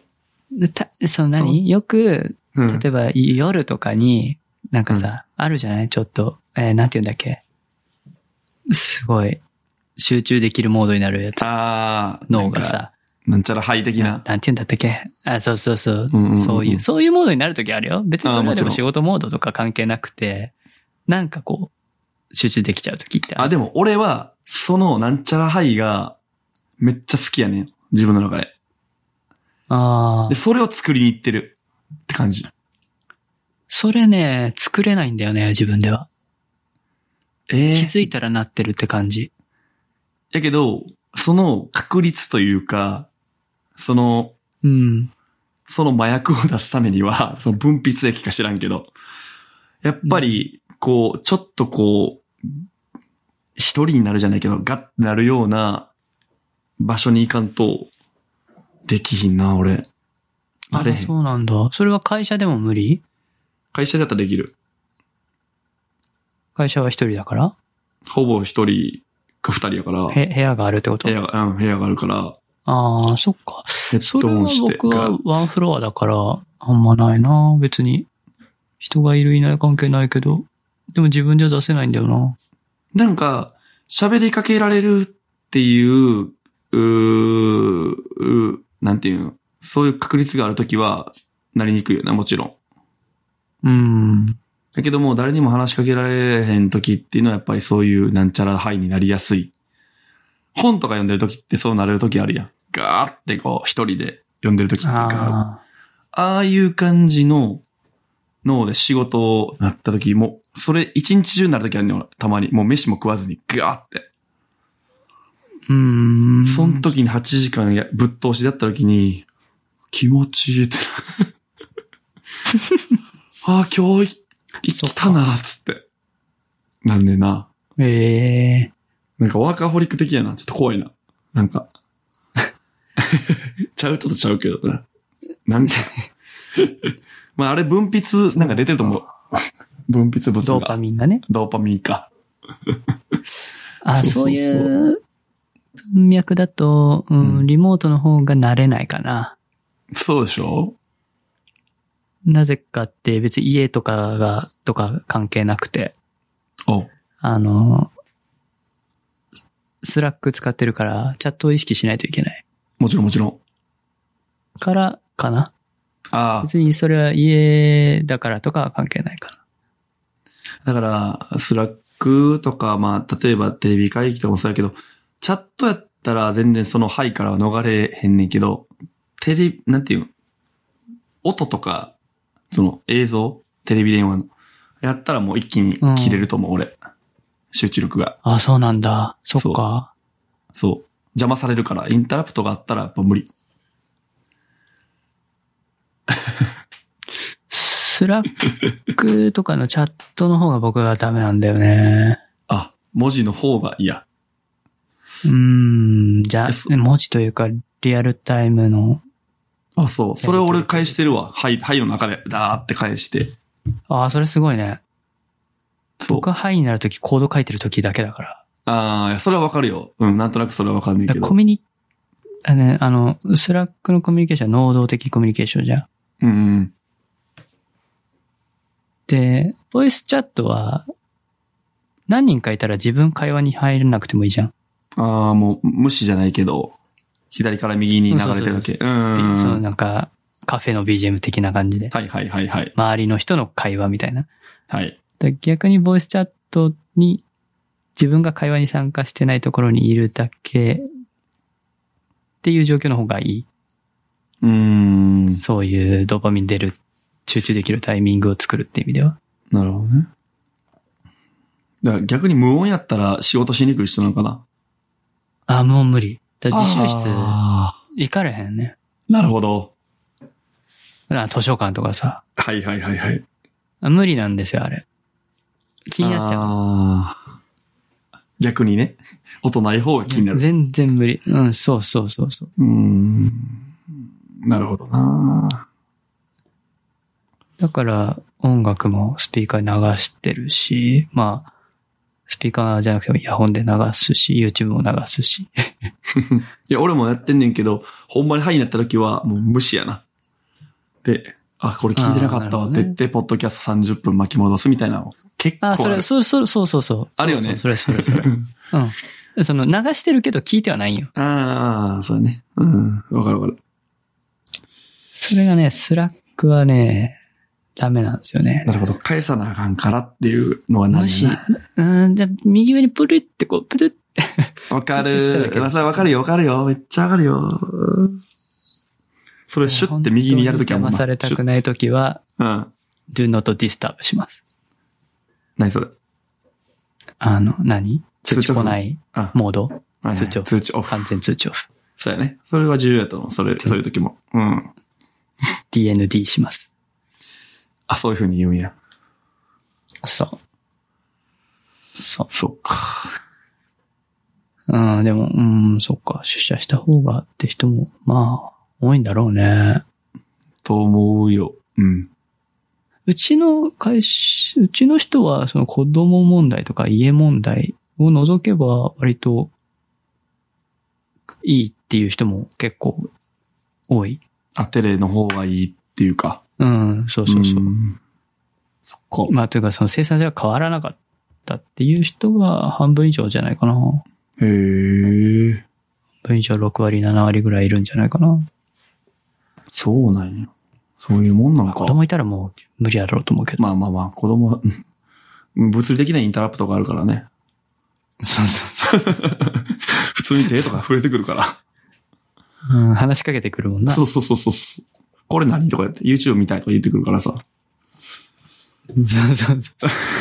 よく、例えば夜とかに、なんかさ、あるじゃないちょっと、なんて言うんだっけすごい、集中できるモードになるやつ。脳がさ。 なんちゃらハイ的な。 なんて言うんだったっけそう。そういうモードになるときあるよ。別にそれでも仕事モードとか関係なくて、なんかこう、集中できちゃうときってある。 でも俺は、そのなんちゃらハイが、めっちゃ好きやねん。自分の中で。で、それを作りに行ってるって感じ。 それね、作れないんだよね、自分では。気づいたらなってるって感じ。 やけど、その確率というか、その麻薬を出すためには、その分泌液か知らんけど、やっぱり、こう、ちょっとこう、一人になるじゃないけど、ガッてなるような場所に行かんと、できひんな、俺。 そうなんだ。それは会社でも無理？ 会社だったらできる。 会社は一人だから？ ほぼ一人か二人やから。 部屋があるってこと？ 部屋があるから。 そっか。それは僕はワンフロアだから、あんまないな、別に。人がいるいない関係ないけど。でも自分では出せないんだよな。 なんか、喋りかけられるっていう、なんていうの、そういう確率があるときは、なりにくいよな、もちろん。 だけども誰にも話しかけられへん時っていうのはやっぱりそういうなんちゃらハイになりやすい。本とか読んでる時ってそうなれる時あるやん。ガーってこう一人で読んでる時ってああいう感じの脳で仕事になった時も、それ一日中になる時あるねん、たまに。もう飯も食わずにガーって。その時に8時間ぶっ通しだった時に、気持ちいいって。ああ、今日来たな、つって。なんでな。なんかワーカーホリック的やな。ちょっと怖いな。なんか。ちょっとちゃうけどな。なんか。まああれ分泌なんか出てると思う。分泌物が。 ドーパミンがね。 ドーパミンか。 そういう文脈だと、リモートの方が慣れないかな。 そうでしょ？ なぜかって別に家とか関係なくて。スラック使ってるからチャットを意識しないといけない。 もちろんもちろん。 からかな。別にそれは家だからとかは関係ないかな。だから、スラックとか、まあ、例えばテレビ会議とかもそうやけど、チャットやったら全然そのハイからは逃れへんねんけど、なんていうの？音とか、その映像、テレビ電話の、やったらもう一気に切れると思う、俺。集中力が。 そうなんだ。そっか。 そう。邪魔されるから、インタラプトがあったらやっぱ無理。 スラックとかのチャットの方が僕はダメなんだよね。 文字の方が嫌。 じゃあ、文字というか、リアルタイムの。 そう。それを俺返してるわ。はいの中で、ダーって返して。 それすごいね。僕はハイになるときコード書いてるときだけだから。 それはわかるよ。なんとなくそれはわかんないけど。 スラックのコミュニケーションは能動的コミュニケーションじゃん。で、ボイスチャットは、何人かいたら自分会話に入れなくてもいいじゃん。 もう無視じゃないけど、左から右に流れてるだけ。 そうなんか、カフェの BGM 的な感じで。周りの人の会話みたいな。逆にボイスチャットに自分が会話に参加してないところにいるだけっていう状況の方がいい。そういうドーパミン出る、集中できるタイミングを作るっていう意味では。 なるほどね。だから逆に無音やったら仕事しにくい人なのかな？ もう無理。自習室行かれへんね。 なるほど。 図書館とかさ。無理なんですよ、あれ。気になっちゃう。 逆にね。音ない方が気になる。 全然無理。そう。 なるほどな。 だから音楽もスピーカーに流してるし、まあ、スピーカーじゃなくてもイヤホンで流すし、YouTube も流すし。 いや、俺もやってんねんけど、ほんまにハイになった時はもう無視やな。で、これ聞いてなかったわって言って、ポッドキャスト30分巻き戻すみたいなの結構ある。 そう。 あるよね。 それ。流してるけど聞いてはないよ。 そうだね。わかる。 それがね、スラックはね、ダメなんですよね。 なるほど。返さなあかんからっていうのは何だな。じゃあ右上にプルってこう、プルって。 わかる。それわかるよ。めっちゃわかるよ。それシュッて右にやるときはもう。 邪魔されたくないときは、do not disturb します。 何それ？ 通知来ないモード？ 通知オフ。 完全通知オフ。 そうやね。それは重要やと思う。そういうときも。 DND します。 そういう風に言うんや。 そう。 そっか。 でも、そっか。出社した方がって人も、まあ、多いんだろうね。 と思うよ。 うちの人は、その子供問題とか家問題を除けば、割と、いいっていう人も結構多い。 テレの方がいいっていうか。 そう。そっか。まあ、というか、その生産者が変わらなかったっていう人が半分以上じゃないかな。 へー。 半分以上6割、7割ぐらいいるんじゃないかな。 そうなんや。 そういうもんなんか。 子供いたらもう無理やろうと思うけど。 まあまあまあ、子供は、物理的なインタラプトがあるからね。 そうそうそう。 普通に手とか触れてくるから。 うん、話しかけてくるもんな。 そうそうそうそう。これ何とかやって、YouTube 見たいとか言ってくるからさ。 そうそうそう。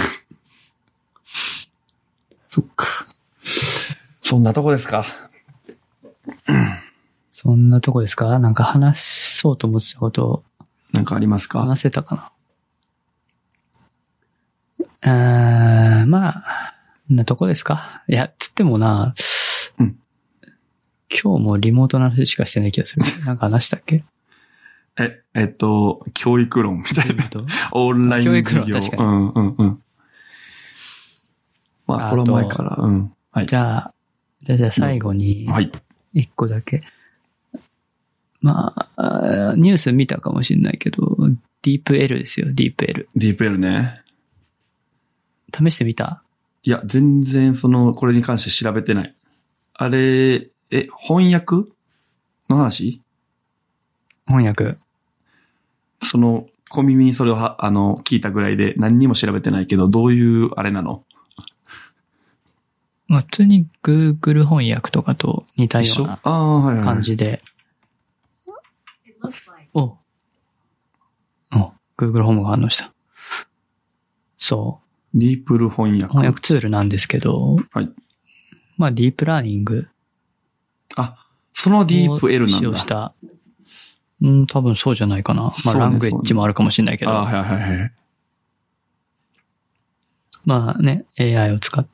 そっか。そんなとこですか。 そんなとこですか？なんか話そうと思ってたことを。 なんかありますか？ 話せたかな？まあ、こんなとこですか？いや、つってもな、 うん。 今日もリモートの話しかしてない気がする。なんか話したっけ？ 教育論みたいな。オンライン授業。 教育論、確かに。 うんうんうん。まあ、これは前から。うん。はい。 じゃあ最後に、 はい。 一個だけ。まあ、ニュース見たかもしれないけど、ディープ L ですよ、ディープ L。 ディープ L ね。 試してみた？ いや、全然これに関して調べてない。あれ、翻訳の話？ 翻訳。 小耳にそれを聞いたぐらいで何にも調べてないけど、どういうあれなの？ まあ、普通に Google 翻訳とかと似たような感じで。Google ホームが反応した。そう。 ディープル翻訳。 翻訳ツールなんですけど、 はい。 まあ、ディープラーニング。 そのディープ L なんだ。 使用した。多分そうじゃないかな。まあ、ラングエッジもあるかもしれないけど。 はいはいはい。 まあね、AI を使って。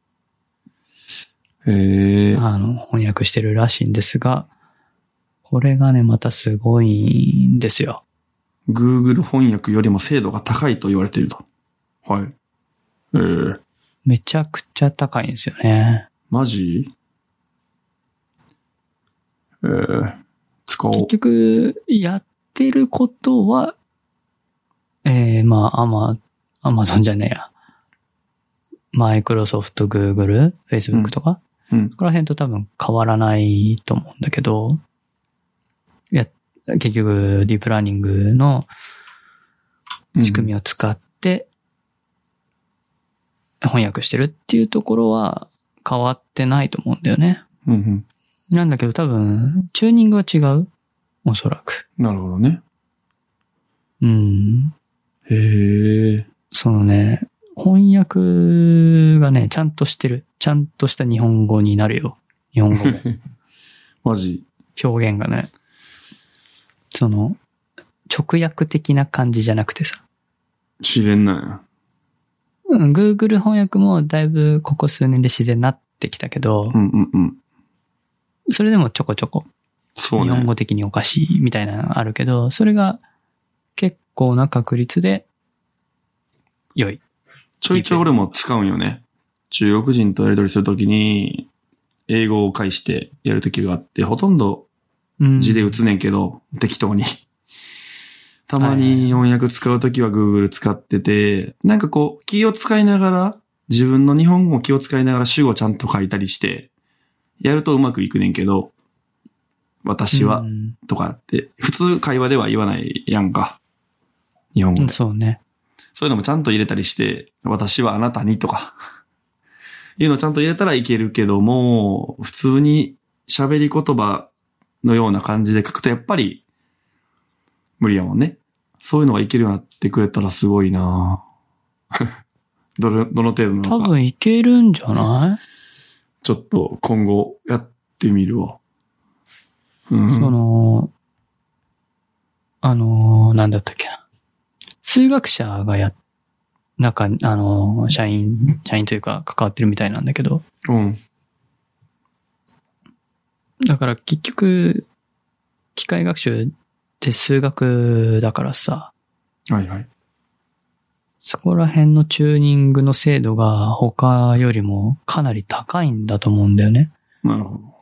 翻訳してるらしいんですが、これがね、またすごいんですよ。 Google 翻訳よりも精度が高いと言われていると。はい。 めちゃくちゃ高いんですよね。 マジ？使おう。 結局、やってることは、まあ、Amazon じゃねえや。マイクロソフト、Google、Facebook とか、ここら辺と多分変わらないと思うんだけど、結局、ディープラーニングの仕組みを使って翻訳してるっていうところは変わってないと思うんだよね。なんだけど多分、チューニングは違う。おそらく。 なるほどね。 へえ。そのね、翻訳がね、ちゃんとしてる。ちゃんとした日本語になるよ。日本語も。 マジ？ 表現がね。直訳的な感じじゃなくてさ。 自然なんや。Google 翻訳もだいぶここ数年で自然になってきたけど、それでもちょこちょこ、日本語的におかしいみたいなのがあるけど、それが結構な確率で良い。 ちょいちょい俺も使うんよね。中国人とやり取りするときに、英語を介してやるときがあって、ほとんど字で打つねんけど、適当に。たまに翻訳使うときは Google 使ってて、なんか気を使いながら、自分の日本語も気を使いながら主語ちゃんと書いたりして、やるとうまくいくねんけど、私は、とかって、普通会話では言わないやんか。日本語で。 そうね。 そういうのもちゃんと入れたりして、私はあなたにとか、いうのをちゃんと入れたらいけるけども、普通に喋り言葉のような感じで書くとやっぱり無理やもんね。そういうのがいけるようになってくれたらすごいなどの程度なのか。 多分いけるんじゃない？ ちょっと今後やってみるわ。 なんだったっけな。数学者が社員というか関わってるみたいなんだけど。だから結局、機械学習って数学だからさ。 はいはい。 そこら辺のチューニングの精度が他よりもかなり高いんだと思うんだよね。 なるほど。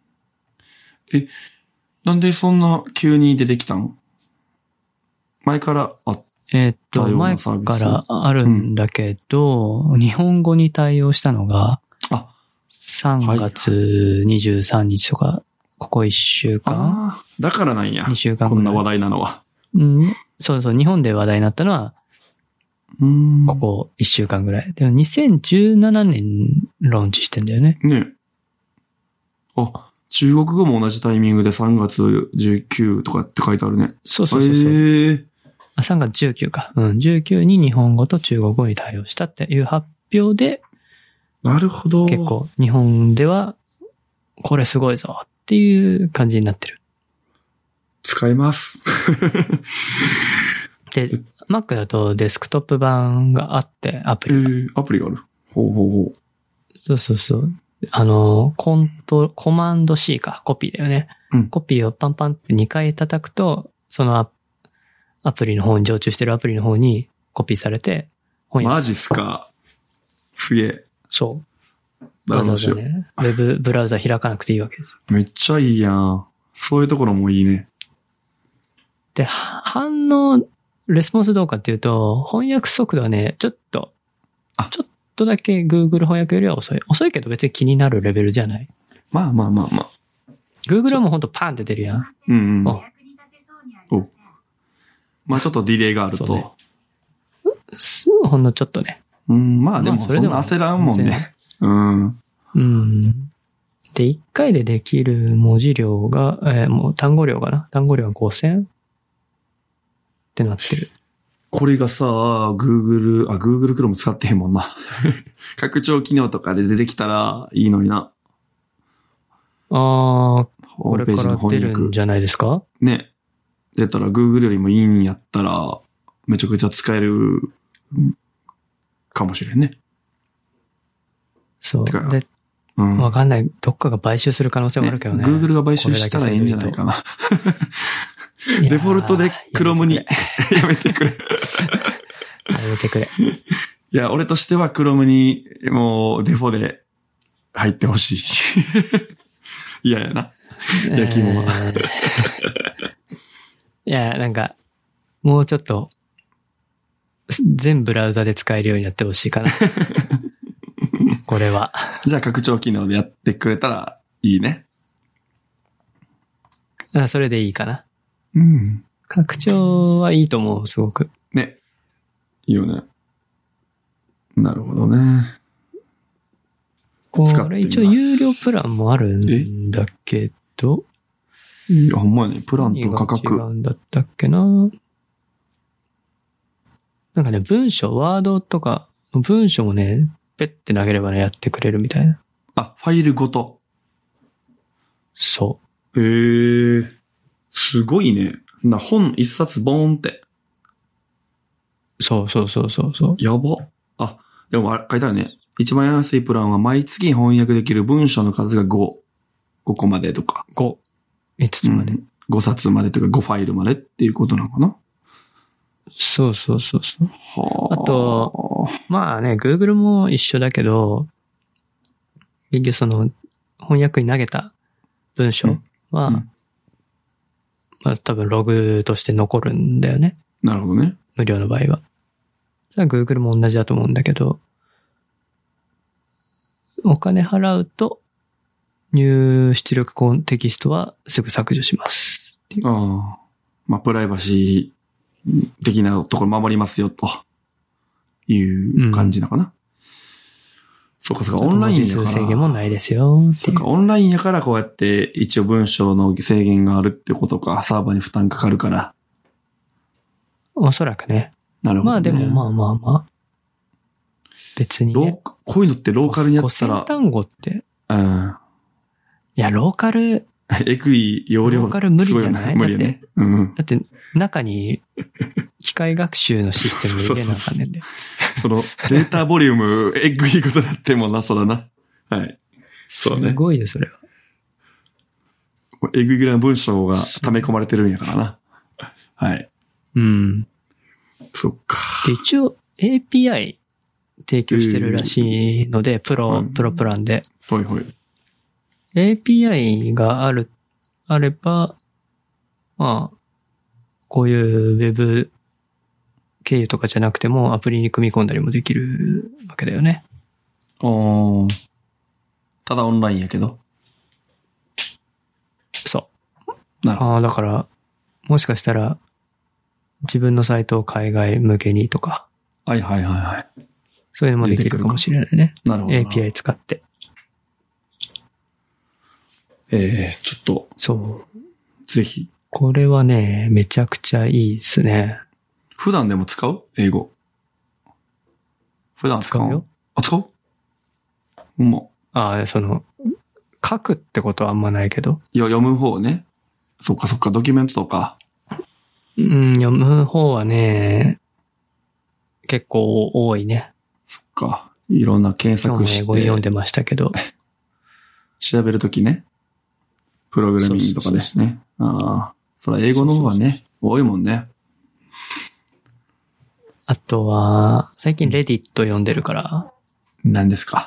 なんでそんな急に出てきたん？前からあったようなサービス？ 前からあるんだけど、日本語に対応したのが、3月23日とか、ここ1週間？ だからなんや。 2週間こんな話題なのは。 そうそう、日本で話題になったのは、ここ1週間ぐらい。でも2017年ローンチしてんだよね。 ね。あ、中国語も同じタイミングで3月19とかって書いてあるね。 そうそうそうそう。3月19か。19に日本語と中国語に対応したっていう発表で、 なるほど。 結構日本では、これすごいぞっていう感じになってる。 使えます。 で、Mac だとデスクトップ版があって、アプリが。 アプリがある。ほうほうほう。 そうそうそう。コマンド C か、コピーだよね。コピーをパンパンって2回叩くと、そのアプリの方に、常駐してるアプリの方にコピーされて、 マジっすか。すげえ。 そう。 なるほどね。ウェブブラウザ開かなくていいわけです。 めっちゃいいやん。そういうところもいいね。 で、レスポンスどうかっていうと、翻訳速度はね、ちょっとだけ Google 翻訳よりは遅い。遅いけど別に気になるレベルじゃない。 まあ。 Google はもうほんとパーンって出るやん。 まあちょっとディレイがあると。ね、 ほんのちょっとね。 まあでもそんな焦らんもんね。 で、1回でできる文字量が、もう単語量かな。単語量が5000ってなってる。 これがさ、Google Chrome 使ってへんもんな。拡張機能とかで出てきたらいいのにな。 これから出るんじゃないですか？ ね。出たら Google よりもいいんやったら、めちゃくちゃ使えるかもしれんね。 そう。で、わかんない。どっかが買収する可能性もあるけどね。 Google が買収したらいいんじゃないかな。デフォルトで Chrome にやめてくれ。 やめてくれ。 いや、俺としては Chrome にもうデフォで入ってほしい。嫌やな。焼き芋は。 いや、なんか、もうちょっと、全ブラウザで使えるようになってほしいかな。これは。 じゃあ拡張機能でやってくれたらいいね。 それでいいかな。 うん。 拡張はいいと思う、すごく。 ね。いいよね。なるほどね。 これ一応有料プランもあるんだけど。 ほんまやね。プランと価格。 違うんだったっけな。なんかね、ワードとか、文章もね、ペッて投げればね、やってくれるみたいな。 あ、ファイルごと。 そう。 すごいね。本一冊ボーンって。 そう。 やば。あ、でも書いてあるね。一番安いプランは毎月翻訳できる文章の数が5個までとか。 5つまで。 5冊までとか5ファイルまでっていうことなのかな。 そう。あと、まあね、Google も一緒だけど、結局その翻訳に投げた文章は、まあ多分ログとして残るんだよね。 なるほどね。 無料の場合は。Google も同じだと思うんだけど、お金払うと、入出力テキストはすぐ削除します。 まあ、プライバシー的なところ守りますよ、という感じなのかな。そうか、オンラインやから。 文字数制限もないですよ。 そうか、オンラインやからこうやって一応文章の制限があるってことか、サーバーに負担かかるから。 おそらくね。 なるほど、ね。 まあでもまあ。別にね。 こういうのってローカルにやったら。 5000単語って。いや、ローカル。 えぐい容量。 ローカル無理じゃない？ 無理やね。 だって、中に、機械学習のシステム入れなあかんねんで。 その、データボリューム、えぐいことなってもな、そうだな。はい。そうね。 すごいよ、それは。 えぐいぐらいの文章が溜め込まれてるんやからな。はい。そっか。 で、一応、API 提供してるらしいので、プロプランで。 はい。 API があれば、まあ、こういうウェブ経由とかじゃなくてもアプリに組み込んだりもできるわけだよね。 ただオンラインやけど。 そう。 なるほど。 だから、もしかしたら、 自分のサイトを海外向けにとか。 はいはいはいはい。 そういうのもできるかもしれないね。 なるほど。 API 使って。 ちょっと。 そう。 ぜひ。 これはね、めちゃくちゃいいですね。 普段でも使う？英語。普段使うよ。あ、使う？ほんま。 書くってことはあんまないけど。 いや、読む方ね。そっかそっか、ドキュメントとか。 読む方はね、結構多いね。 そっか。いろんな検索して。 英語読んでましたけど。 調べるときね。プログラミングとかでね。ああ。そら英語の方がね、多いもんね。 あとは、最近レディット読んでるから。 何ですか？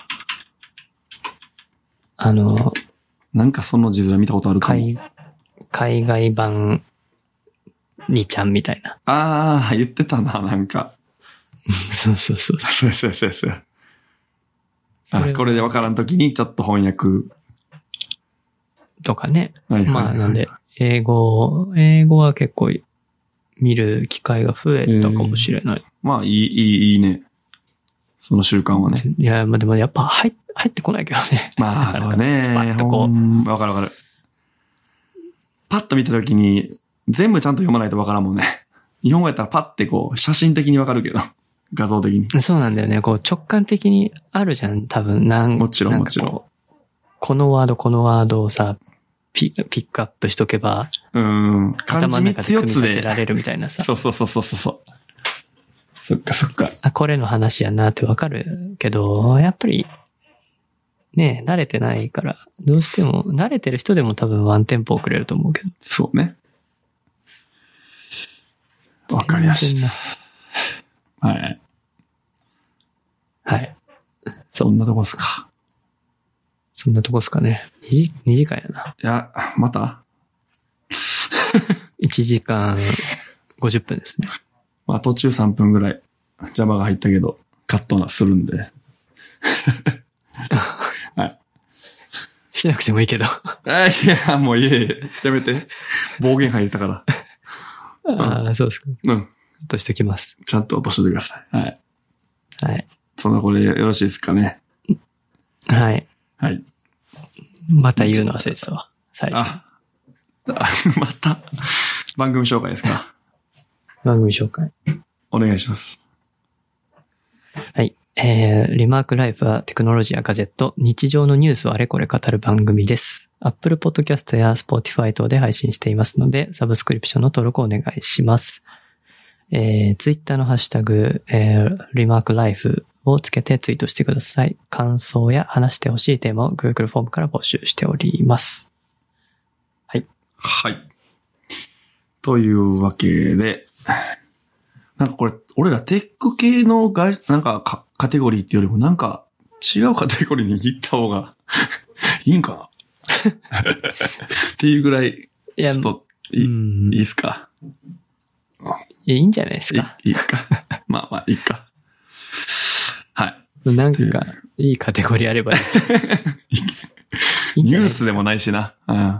なんかその字面見たことあるかも。 海外版2ちゃんみたいな。 ああ、言ってたな、なんか。 そうそうそう。 そう。あ、これでわからんときにちょっと翻訳。 とかね。 はいはいはい、 まあなんで、英語は結構見る機会が増えたかもしれない。 まあいいね。その習慣はね。 いや、まあでもやっぱ入ってこないけどね。 まあそうね。 スパッとこう。わかる。パッと見たときに、全部ちゃんと読まないとわからんもんね。日本語やったらパッてこう、写真的にわかるけど。画像的に。 そうなんだよね。こう直感的にあるじゃん、多分。 もちろん。 このワードをさ、ピックアップしとけば。 漢字3つ4つで。 組み立てられるみたいなさ。 そう。そっか。 これの話やなってわかるけど、やっぱり、ね、慣れてないから、どうしても、慣れてる人でも多分ワンテンポ遅れると思うけど。 そうね。わかりました。はい。 はい。 そんなとこっすか。 そんなとこっすかね。2時間やな。 いや、また 1時間50分ですね。 まあ途中3分ぐらい邪魔が入ったけど、カットするんで。はい。 しなくてもいいけど。 いや、もういえ。やめて。暴言入ったから。 ああ、そうですか。落としときます。 ちゃんと落としといてください。はい。 はい。 そんなこれよろしいですかね。 はい。 はい。 また言うの忘れてたわ。最初。 また番組紹介ですか？ 番組紹介。 お願いします。 はい。リマークライフはテクノロジーやガジェット、日常のニュースをあれこれ語る番組です。Apple Podcast や Spotify 等で配信していますので、サブスクリプションの登録をお願いします。Twitter のハッシュタグ、リマークライフをつけてツイートしてください。感想や話してほしいテーマを Google フォームから募集しております。はい。 はい。というわけで、なんかこれ、俺らテック系のなんかカテゴリーっていうよりもなんか違うカテゴリーに行った方がいいんかなっていうぐらい、ちょっといいっすか？ いいんじゃないですか。 いいか。まあ、いいか。はい。 なんか、いいカテゴリーあればいい。 ニュースでもないしな。はい。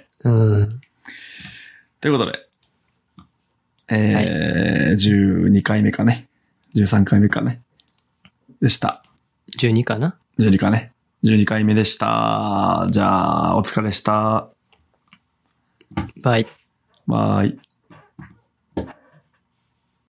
ということで、12回目かね。13回目かね。でした。 12かな ?12 かね。12回目でした。じゃあ、お疲れした。 バイ。 バイ。